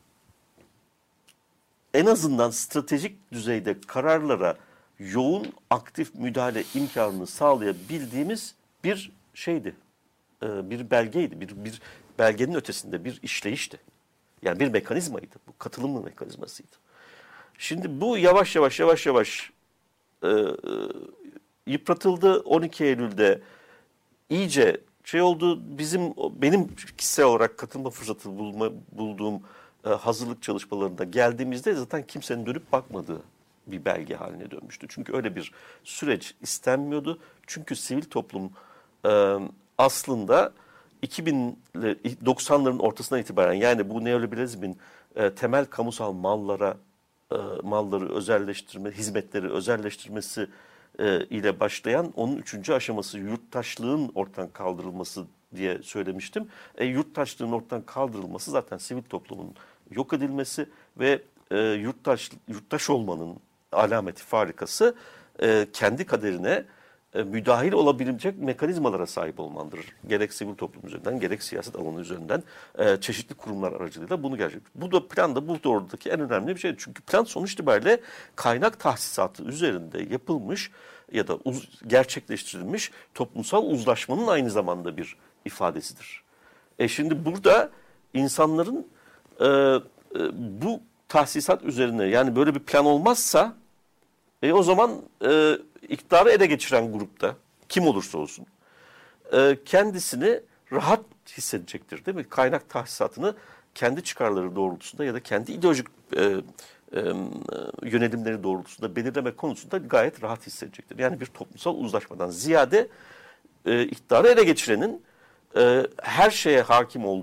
en azından stratejik düzeyde kararlara yoğun aktif müdahale imkanını sağlayabildiğimiz bir şeydi. E, bir belgeydi. Bir, bir belgenin ötesinde bir işleyişti. Yani bir mekanizmaydı. Bu katılım mekanizmasıydı. Şimdi bu yavaş yavaş yavaş yavaş e, e, yıpratıldı. on iki Eylül'de iyice şey oldu. Bizim, benim kişisel olarak katılma fırsatı bulma, bulduğum e, hazırlık çalışmalarında geldiğimizde zaten kimsenin dönüp bakmadığı bir belge haline dönmüştü. Çünkü öyle bir süreç istenmiyordu. Çünkü sivil toplum e, aslında iki bin doksanların ortasından itibaren, yani bu neoliberalizmin e, temel kamusal mallara e, malları özelleştirme, hizmetleri özelleştirmesi e, ile başlayan onun üçüncü aşaması yurttaşlığın ortadan kaldırılması diye söylemiştim. E, yurttaşlığın ortadan kaldırılması zaten sivil toplumun yok edilmesi ve e, yurttaş yurttaş olmanın alameti farikası e, kendi kaderine e, müdahil olabilecek mekanizmalara sahip olmandır. Gerek sivil toplum üzerinden, gerek siyaset alanı üzerinden e, çeşitli kurumlar aracılığıyla bunu gerçek. Bu da plan da bu doğrudaki en önemli bir şey. Çünkü plan sonuç itibariyle kaynak tahsisatı üzerinde yapılmış ya da uz, gerçekleştirilmiş toplumsal uzlaşmanın aynı zamanda bir ifadesidir. E şimdi burada insanların e, e, bu tahsisat üzerine, yani böyle bir plan olmazsa e, o zaman e, iktidarı ele geçiren grupta kim olursa olsun e, kendisini rahat hissedecektir, değil mi? Kaynak tahsisatını kendi çıkarları doğrultusunda ya da kendi ideolojik e, e, yönelimleri doğrultusunda belirleme konusunda gayet rahat hissedecektir. Yani bir toplumsal uzlaşmadan ziyade e, iktidarı ele geçirenin e, her şeye hakim olduğu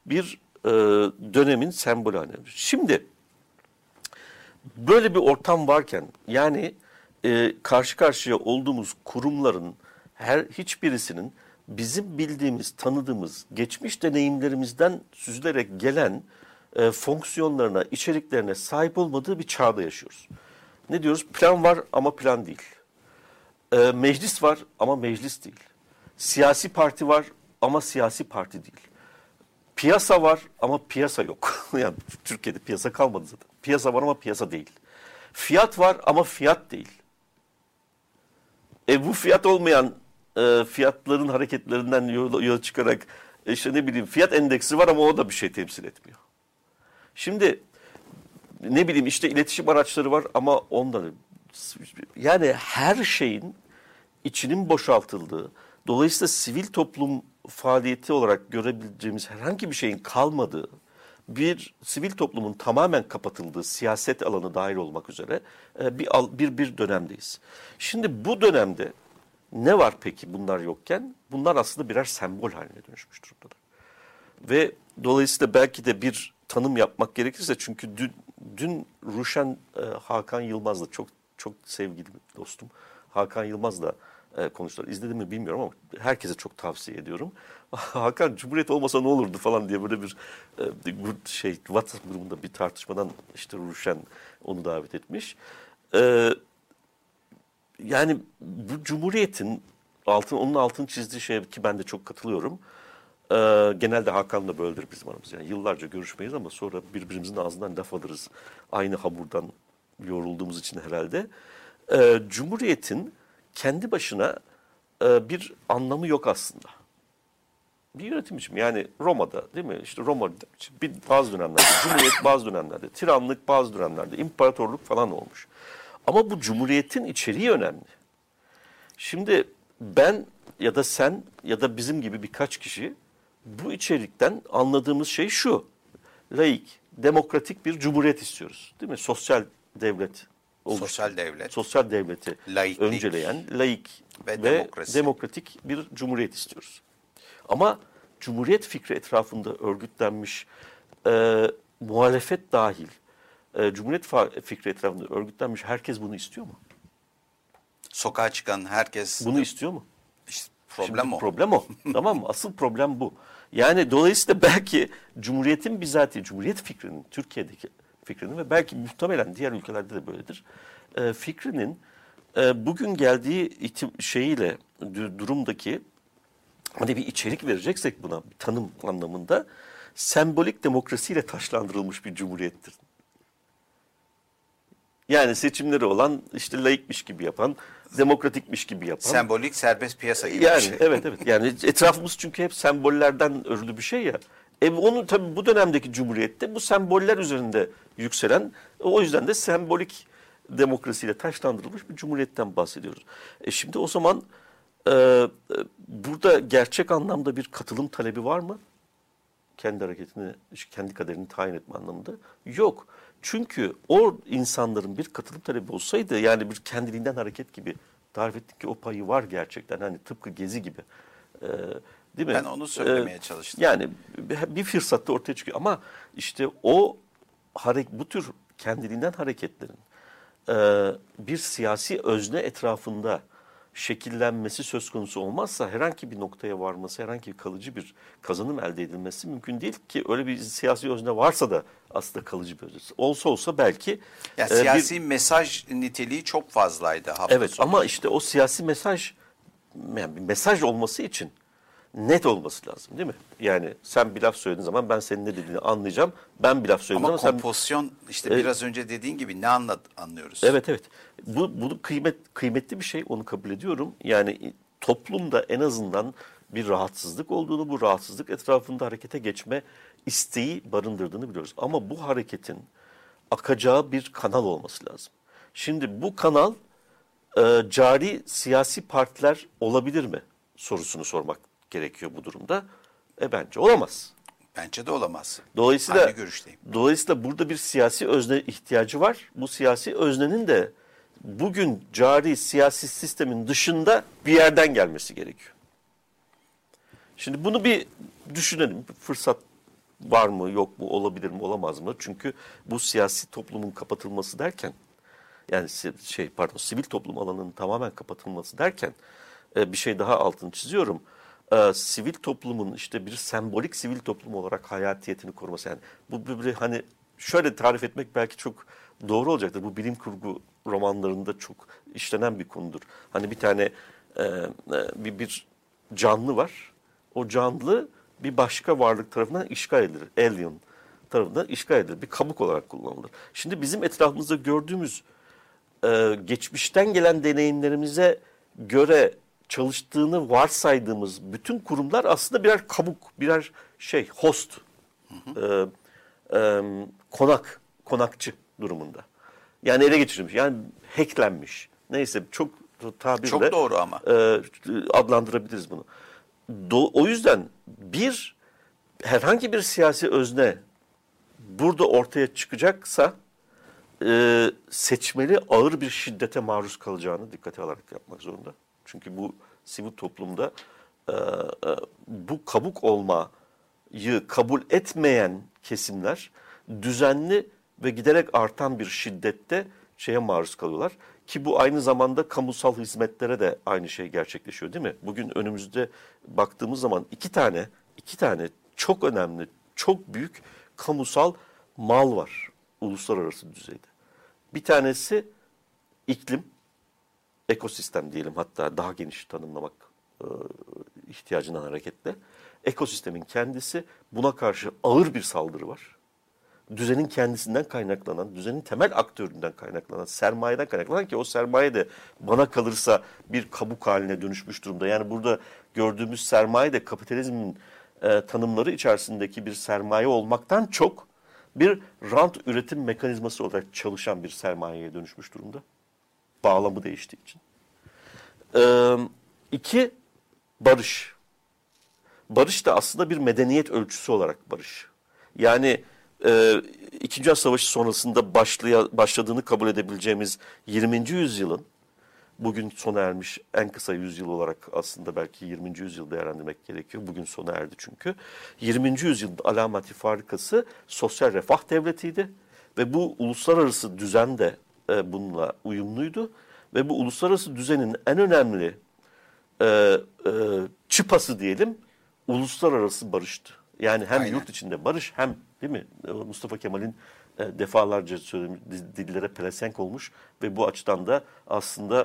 bir e, dönemin sembolü haline gelmiş. Şimdi böyle bir ortam varken yani e, karşı karşıya olduğumuz kurumların her hiçbirisinin bizim bildiğimiz, tanıdığımız, geçmiş deneyimlerimizden süzülerek gelen e, fonksiyonlarına, içeriklerine sahip olmadığı bir çağda yaşıyoruz. Ne diyoruz? Plan var ama plan değil. E, meclis var ama meclis değil. Siyasi parti var ama siyasi parti değil. Piyasa var ama piyasa yok. Yani Türkiye'de piyasa kalmadı zaten. Piyasa var ama piyasa değil. Fiyat var ama fiyat değil. E bu fiyat olmayan e, fiyatların hareketlerinden yola, yola çıkarak e, işte ne bileyim fiyat endeksi var ama o da bir şey temsil etmiyor. Şimdi ne bileyim işte iletişim araçları var ama ondan yani her şeyin içinin boşaltıldığı, dolayısıyla sivil toplum faaliyeti olarak görebileceğimiz herhangi bir şeyin kalmadığı, bir sivil toplumun tamamen kapatıldığı siyaset alanı dahil olmak üzere bir bir bir dönemdeyiz. Şimdi bu dönemde ne var peki bunlar yokken? Bunlar aslında birer sembol haline dönüşmüş durumdalar. Ve dolayısıyla belki de bir tanım yapmak gerekirse çünkü dün, dün Ruşen e, Hakan Yılmaz'la çok çok sevgili dostum Hakan Yılmaz'la e, konuştular. İzledim mi bilmiyorum ama herkese çok tavsiye ediyorum. Hakan Cumhuriyet olmasa ne olurdu falan diye böyle bir e, şey WhatsApp grubunda bir tartışmadan işte Ruşen onu davet etmiş. E, yani bu Cumhuriyet'in altın onun altını çizdiği şey ki ben de çok katılıyorum. Ee, genelde Hakan'la böyledir bizim aramız. Yani yıllarca görüşmeyiz ama sonra birbirimizin ağzından laf alırız. Aynı hamurdan yoğrulduğumuz için herhalde. Ee, Cumhuriyet'in kendi başına e, bir anlamı yok aslında. Bir yönetim biçimi. Yani Roma'da değil mi? İşte Roma bir, bazı dönemlerde, Cumhuriyet bazı dönemlerde, tiranlık bazı dönemlerde, imparatorluk falan olmuş. Ama bu Cumhuriyet'in içeriği önemli. Şimdi ben ya da sen ya da bizim gibi birkaç kişi bu içerikten anladığımız şey şu. Laik, demokratik bir cumhuriyet istiyoruz. Değil mi? Sosyal devlet. Sosyal devlet. Sosyal devleti Laiklik. önceleyen, laik ve, ve demokrasi. demokratik bir cumhuriyet istiyoruz. Ama cumhuriyet fikri etrafında örgütlenmiş e, muhalefet dahil, e, cumhuriyet fikri etrafında örgütlenmiş herkes bunu istiyor mu? Sokağa çıkan herkes... Bunu istiyor mu? İşte problem Şimdi o. Problem o. Tamam mı? Asıl problem bu. Yani dolayısıyla belki Cumhuriyet'in bizatihi, Cumhuriyet fikrinin, Türkiye'deki fikrinin ve belki muhtemelen diğer ülkelerde de böyledir. E, fikrinin e, bugün geldiği itim, şeyiyle, durumdaki hani bir içerik vereceksek buna bir tanım anlamında sembolik demokrasiyle taşlandırılmış bir cumhuriyettir. Yani seçimleri olan işte laikmiş gibi yapan, demokratikmiş gibi yapan. Sembolik serbest piyasa gibi yani, bir şey. Evet evet yani etrafımız çünkü hep sembollerden örülü bir şey ya. E onu tabii bu dönemdeki cumhuriyette bu semboller üzerinde yükselen o yüzden de sembolik demokrasiyle taşlandırılmış bir cumhuriyetten bahsediyoruz. E şimdi o zaman e, burada gerçek anlamda bir katılım talebi var mı? Kendi hareketini, kendi kaderini tayin etme anlamında. Yok. Çünkü o insanların bir katılım talebi olsaydı yani bir kendiliğinden hareket gibi tarif ettik ki o payı var gerçekten. Hani tıpkı Gezi gibi. Ee, değil mi? Ben onu söylemeye ee, çalıştım. Yani bir fırsatta ortaya çıkıyor. Ama işte o bu tür kendiliğinden hareketlerin e, bir siyasi özne etrafında şekillenmesi söz konusu olmazsa herhangi bir noktaya varması, herhangi bir kalıcı bir kazanım elde edilmesi mümkün değil ki öyle bir siyasi özne varsa da aslında kalıcı bir özne. Olsa olsa belki... Ya e, siyasi bir, mesaj niteliği çok fazlaydı hafta Evet sonu. ama işte o siyasi mesaj, yani bir mesaj olması için net olması lazım değil mi? Yani sen bir laf söylediğin zaman ben senin ne dediğini anlayacağım. Ben bir laf söylediğim ama zaman kompozisyon sen... işte biraz önce dediğin gibi ne anlat anlıyoruz. Evet evet. Bu, bu kıymet, kıymetli bir şey, onu kabul ediyorum. Yani toplumda en azından bir rahatsızlık olduğunu, bu rahatsızlık etrafında harekete geçme isteği barındırdığını biliyoruz. Ama bu hareketin akacağı bir kanal olması lazım. Şimdi bu kanal e, cari siyasi partiler olabilir mi sorusunu sormak gerekiyor bu durumda. E bence olamaz. Bence de olamaz. Dolayısıyla, Aynı görüşteyim. dolayısıyla burada bir siyasi özne ihtiyacı var. Bu siyasi öznenin de bugün cari siyasi sistemin dışında bir yerden gelmesi gerekiyor. Şimdi bunu bir düşünelim. Bir fırsat var mı, yok mu, olabilir mi, olamaz mı? Çünkü bu siyasi toplumun kapatılması derken, yani şey pardon sivil toplum alanının tamamen kapatılması derken bir şey daha altını çiziyorum. Ee, sivil toplumun işte bir sembolik sivil toplum olarak hayatiyetini koruması. Yani bu bir hani şöyle tarif etmek belki çok doğru olacaktır. Bu bilim kurgu romanlarında çok işlenen bir konudur. Hani bir tane e, e, bir, bir canlı var. O canlı bir başka varlık tarafından işgal edilir. Alien tarafından işgal edilir. Bir kabuk olarak kullanılır. Şimdi bizim etrafımızda gördüğümüz e, geçmişten gelen deneyimlerimize göre çalıştığını varsaydığımız bütün kurumlar aslında birer kabuk, birer şey, host, hı hı. E, e, konak, konakçı durumunda. Yani ele geçirilmiş, yani hacklenmiş. Neyse çok tabirle çok doğru ama e, adlandırabiliriz bunu. Do, o yüzden bir herhangi bir siyasi özne burada ortaya çıkacaksa e, seçmeli ağır bir şiddete maruz kalacağını dikkate alarak yapmak zorunda. Çünkü bu sivil toplumda e, e, bu kabuk olmayı kabul etmeyen kesimler düzenli ve giderek artan bir şiddette şeye maruz kalıyorlar. Ki bu aynı zamanda kamusal hizmetlere de aynı şey gerçekleşiyor değil mi? Bugün önümüzde baktığımız zaman iki tane, iki tane çok önemli, çok büyük kamusal mal var uluslararası düzeyde. Bir tanesi iklim, ekosistem diyelim, hatta daha geniş tanımlamak e, ihtiyacından hareketle. Ekosistemin kendisi, buna karşı ağır bir saldırı var. Düzenin kendisinden kaynaklanan, düzenin temel aktöründen kaynaklanan, sermayeden kaynaklanan, ki o sermaye de bana kalırsa bir kabuk haline dönüşmüş durumda. Yani burada gördüğümüz sermaye de kapitalizmin e, tanımları içerisindeki bir sermaye olmaktan çok bir rant üretim mekanizması olarak çalışan bir sermayeye dönüşmüş durumda. Bağlamı değiştiği için. Ee, iki, barış. Barış da aslında bir medeniyet ölçüsü olarak barış. Yani e, İkinci Dünya Savaşı sonrasında başlaya, başladığını kabul edebileceğimiz yirminci yüzyılın, bugün sona ermiş en kısa yüzyıl olarak aslında belki yirminci yüzyıl değerlendirmek gerekiyor. Bugün sona erdi çünkü. yirminci yüzyılın alameti farikası sosyal refah devletiydi. Ve bu uluslararası düzen de e, bununla uyumluydu. Ve bu uluslararası düzenin en önemli e, e, çıpası diyelim uluslararası barıştı. Yani hem Aynen. yurt içinde barış, hem değil mi Mustafa Kemal'in e, defalarca söylediğim dillere pelesenk olmuş ve bu açıdan da aslında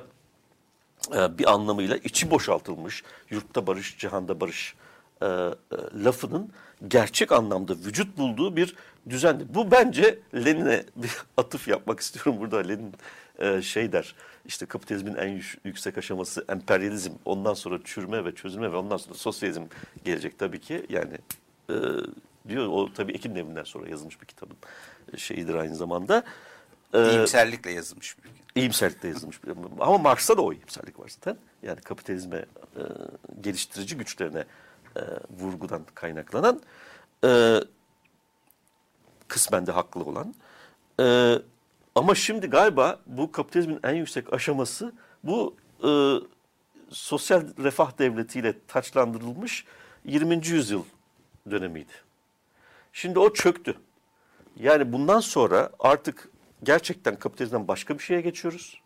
e, bir anlamıyla içi boşaltılmış yurtta barış, cihanda barış e, e, lafının gerçek anlamda vücut bulduğu bir düzendi. Bu bence Lenin'e bir atıf yapmak istiyorum burada. Lenin e, şey der, işte kapitalizmin en yüksek aşaması emperyalizm, ondan sonra çürüme ve çözülme ve ondan sonra sosyalizm gelecek tabii ki. Yani e, diyor, o tabii Ekim Devri'nden sonra yazılmış bir kitabın şeyidir aynı zamanda. E, İyimserlikle yazılmış bir. İyimserlikle yazılmış bir. Ama Marx'ta da o iyimserlik var zaten. Yani kapitalizme e, geliştirici güçlerine e, vurgudan kaynaklanan, e, kısmen de haklı olan. E, ama şimdi galiba bu kapitalizmin en yüksek aşaması bu e, sosyal refah devletiyle taçlandırılmış yirminci yüzyıl dönemiydi. Şimdi o çöktü. Yani bundan sonra artık gerçekten kapitalizmden başka bir şeye geçiyoruz.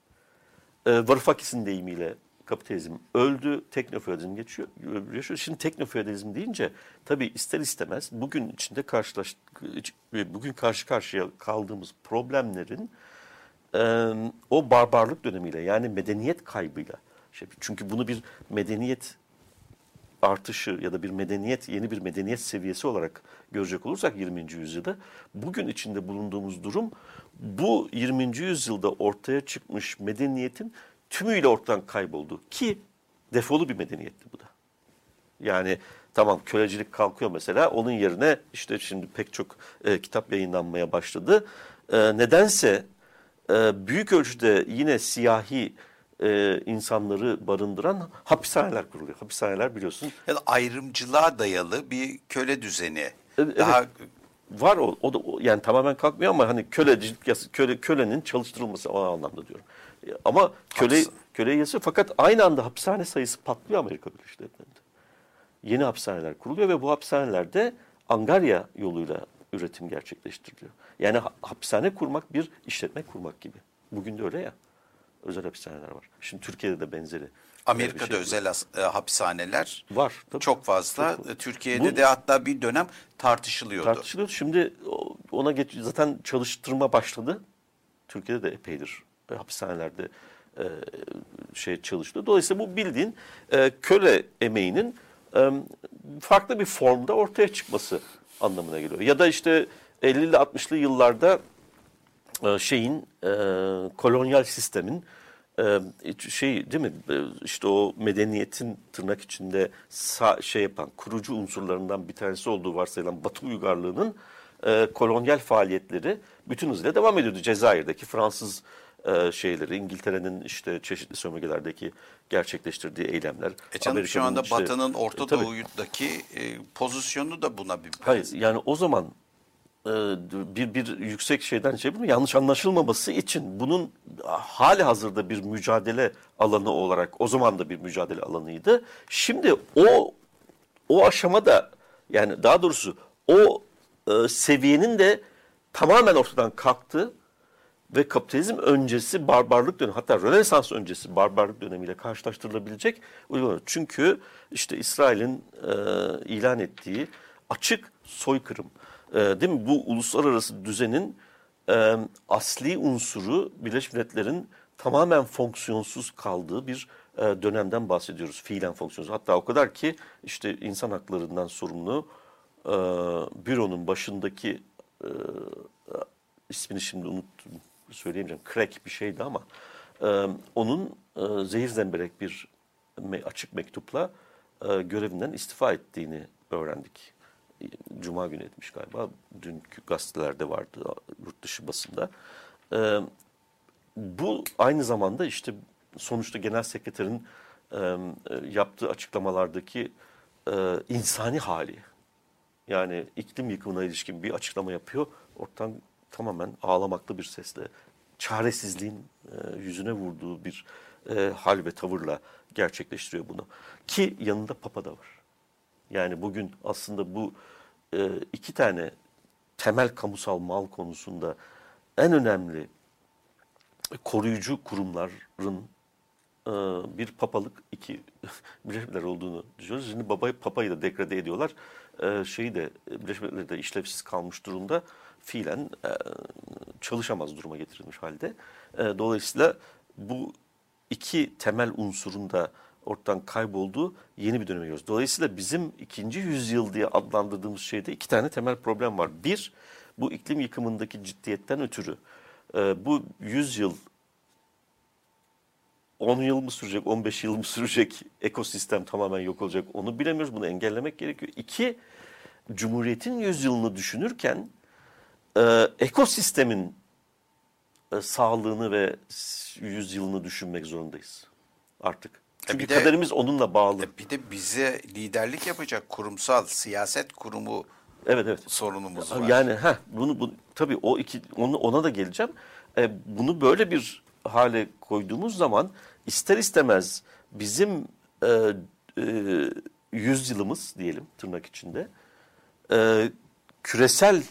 E, Varoufakis'in deyimiyle kapitalizm öldü, teknofeodalizm geçiyor. Yaşıyor. Şimdi teknofeodalizm deyince tabii ister istemez bugün içinde karşılaş, bugün karşı karşıya kaldığımız problemlerin e, o barbarlık dönemiyle, yani medeniyet kaybıyla. Şey, çünkü bunu bir medeniyet artışı ya da bir medeniyet, yeni bir medeniyet seviyesi olarak görecek olursak yirminci yüzyılda, bugün içinde bulunduğumuz durum bu yirminci yüzyılda ortaya çıkmış medeniyetin tümüyle ortadan kayboldu. Ki defolu bir medeniyetti bu da. Yani tamam, kölecilik kalkıyor mesela, onun yerine işte şimdi pek çok e, kitap yayınlanmaya başladı. E, nedense e, büyük ölçüde yine siyahi e, insanları barındıran hapishaneler kuruluyor. Hapishaneler biliyorsun. Ya da ayrımcılığa dayalı bir köle düzeni. Evet, Daha var o, o da o, yani tamamen kalkmıyor ama hani kölecilik yasa, köle kölenin çalıştırılması, o anlamda diyorum. Ama köle Haksın. köleyi yasıyor, fakat aynı anda hapishane sayısı patlıyor Amerika Birleşik Devletleri'nde. Yeni hapishaneler kuruluyor ve bu hapishanelerde angarya yoluyla üretim gerçekleştiriliyor. Yani hapishane kurmak bir işletme kurmak gibi. Bugün de öyle ya. Özel hapishaneler var. Şimdi Türkiye'de de benzeri. Amerika'da şey özel as- e, hapishaneler var. Tabii. Çok fazla. Çok, Türkiye'de bu, de hatta bir dönem tartışılıyordu. Tartışılıyordu. Şimdi ona geç, zaten çalıştırma başladı. Türkiye'de de epeydir e, hapishanelerde e, şey çalıştı. Dolayısıyla bu bildiğin e, köle emeğinin e, farklı bir formda ortaya çıkması anlamına geliyor. Ya da işte ellili altmışlı yıllarda e, şeyin e, kolonyal sistemin e, şey değil mi e, işte o medeniyetin tırnak içinde sa, şey yapan kurucu unsurlarından bir tanesi olduğu varsayılan Batı uygarlığının e, kolonyal faaliyetleri bütün hızıyla devam ediyordu. Cezayir'deki Fransız e, şeyleri, İngiltere'nin işte çeşitli sömürgelerdeki gerçekleştirdiği eylemler. E canım şu anda işte, Batı'nın Orta e, tabii. Doğu'daki e, pozisyonu da buna bir... Hayır yani o zaman e, bir bir yüksek şeyden şey bunu yanlış anlaşılmaması için bunun hali hazırda bir mücadele alanı olarak o zaman da bir mücadele alanıydı. Şimdi o o aşamada yani daha doğrusu o e, seviyenin de tamamen ortadan kalktı ve kapitalizm öncesi barbarlık dönemi hatta Rönesans öncesi barbarlık dönemiyle karşılaştırılabilecek uygulamalar. Çünkü işte İsrail'in e, ilan ettiği açık soykırım, e, değil mi? Bu uluslararası düzenin e, asli unsuru Birleşmiş Milletler'in tamamen fonksiyonsuz kaldığı bir e, dönemden bahsediyoruz. Fiilen fonksiyonsuz. Hatta o kadar ki işte insan haklarından sorumlu e, büronun başındaki e, ismini şimdi unuttum. Söyleyemeyeceğim. Crack bir şeydi ama e, onun e, zehir zemberek bir me, açık mektupla e, görevinden istifa ettiğini öğrendik. Cuma günü etmiş galiba. Dünkü gazetelerde vardı, yurt dışı basında. E, bu aynı zamanda işte sonuçta genel sekreterin e, yaptığı açıklamalardaki e, insani hali. Yani iklim yıkımına ilişkin bir açıklama yapıyor. Ortadan tamamen ağlamaklı bir sesle, çaresizliğin e, yüzüne vurduğu bir e, hal ve tavırla gerçekleştiriyor bunu. Ki yanında Papa da var. Yani bugün aslında bu e, iki tane temel kamusal mal konusunda en önemli koruyucu kurumların e, bir papalık, iki Birleşmiş Milletler olduğunu düşünüyoruz. Şimdi babayı, papayı da degrade ediyorlar. E, şeyi de Birleşmiş Milletler'de işlevsiz kalmış durumda. Fiilen e, çalışamaz duruma getirilmiş halde. E, dolayısıyla bu iki temel unsurun da ortadan kaybolduğu yeni bir döneme giriyoruz. Dolayısıyla bizim ikinci yüzyıl diye adlandırdığımız şeyde iki tane temel problem var. Bir, bu iklim yıkımındaki ciddiyetten ötürü e, bu yüzyıl on yıl mı sürecek, on beş yıl mı sürecek, ekosistem tamamen yok olacak onu bilemiyoruz. Bunu engellemek gerekiyor. İki, Cumhuriyet'in yüzyılını düşünürken e, ekosistemin e, sağlığını ve yüzyılını düşünmek zorundayız artık. Çünkü E de, kaderimiz onunla bağlı. E bir de bize liderlik yapacak kurumsal siyaset kurumu evet, evet. sorunumuz var. Yani heh, bunu, bu tabii o iki onu, ona da geleceğim. E, bunu böyle bir hale koyduğumuz zaman ister istemez bizim e, e, yüzyılımız diyelim tırnak içinde e, küresel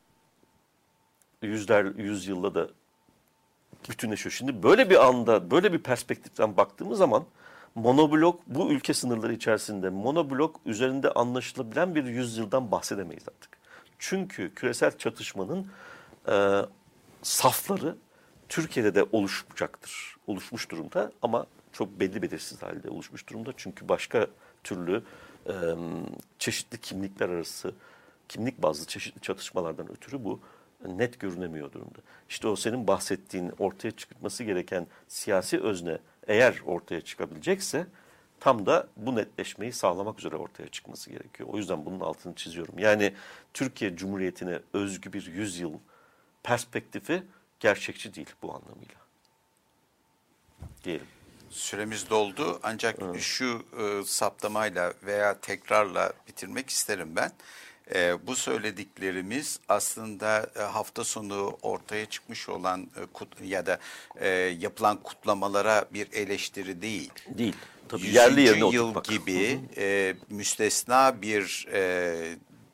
yüzler yüzyılla da bütünleşiyor. Şimdi böyle bir anda böyle bir perspektiften baktığımız zaman monoblok bu ülke sınırları içerisinde monoblok üzerinde anlaşılabilen bir yüzyıldan bahsedemeyiz artık. Çünkü küresel çatışmanın e, safları Türkiye'de de oluşacaktır. Oluşmuş durumda ama çok belli belirsiz halde oluşmuş durumda. Çünkü başka türlü e, çeşitli kimlikler arası, kimlik bazlı çeşitli çatışmalardan ötürü bu net görünemiyor durumda. İşte o senin bahsettiğin ortaya çıkması gereken siyasi özne eğer ortaya çıkabilecekse tam da bu netleşmeyi sağlamak üzere ortaya çıkması gerekiyor. O yüzden bunun altını çiziyorum. Yani Türkiye Cumhuriyeti'ne özgü bir yüzyıl perspektifi gerçekçi değil bu anlamıyla. Diyelim. Süremiz doldu ancak evet. şu e, saptamayla veya tekrarla bitirmek isterim ben. E, bu söylediklerimiz aslında e, hafta sonu ortaya çıkmış olan e, kut, ya da e, yapılan kutlamalara bir eleştiri değil. Değil. Tabii yerli yerine yıl oturtmak. gibi e, müstesna bir e,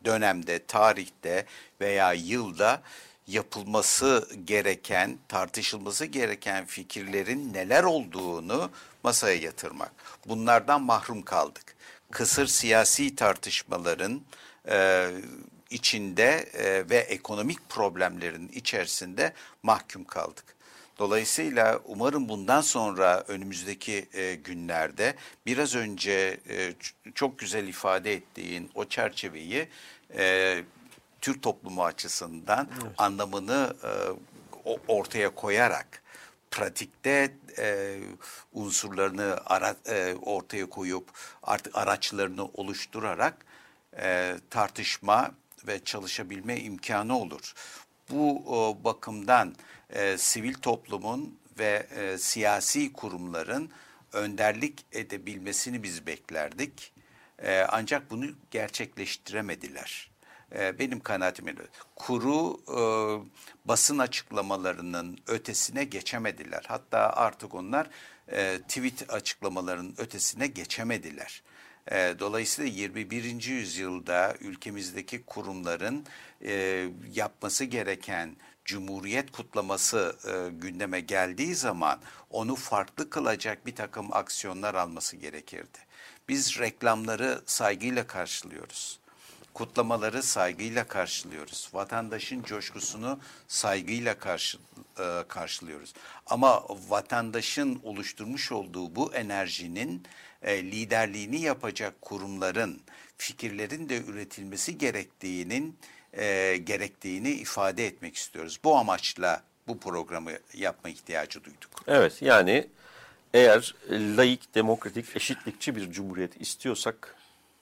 dönemde, tarihte veya yılda yapılması gereken, tartışılması gereken fikirlerin neler olduğunu masaya yatırmak. Bunlardan mahrum kaldık. Kısır siyasi tartışmaların e, içinde e, ve ekonomik problemlerin içerisinde mahkum kaldık. Dolayısıyla umarım bundan sonra önümüzdeki e, günlerde biraz önce e, çok güzel ifade ettiğin o çerçeveyi e, Türk toplumu açısından evet. anlamını e, ortaya koyarak pratikte e, unsurlarını ara, e, ortaya koyup artık araçlarını oluşturarak e, tartışma ve çalışabilme imkanı olur. Bu o, bakımdan e, sivil toplumun ve e, siyasi kurumların önderlik edebilmesini biz beklerdik. E, ancak bunu gerçekleştiremediler. E, benim kanaatim öyle. Kuru e, basın açıklamalarının ötesine geçemediler. Hatta artık onlar e, tweet açıklamalarının ötesine geçemediler. E, dolayısıyla yirmi birinci yüzyılda ülkemizdeki kurumların e, yapması gereken Cumhuriyet kutlaması e, gündeme geldiği zaman onu farklı kılacak bir takım aksiyonlar alması gerekirdi. Biz reklamları saygıyla karşılıyoruz. Kutlamaları saygıyla karşılıyoruz. Vatandaşın coşkusunu saygıyla karşı, e, karşılıyoruz. Ama vatandaşın oluşturmuş olduğu bu enerjinin e, liderliğini yapacak kurumların, fikirlerin de üretilmesi gerektiğinin e, gerektiğini ifade etmek istiyoruz. Bu amaçla bu programı yapma ihtiyacı duyduk. Evet, yani eğer laik, demokratik, eşitlikçi bir cumhuriyet istiyorsak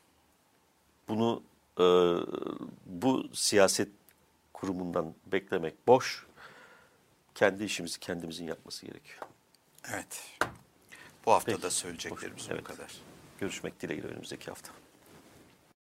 bunu e, bu siyaset kurumundan beklemek boş. Kendi işimizi kendimizin yapması gerekiyor. Evet. Bu hafta Peki. da söyleyeceklerimiz Evet. bu kadar. Görüşmek dileğiyle önümüzdeki hafta.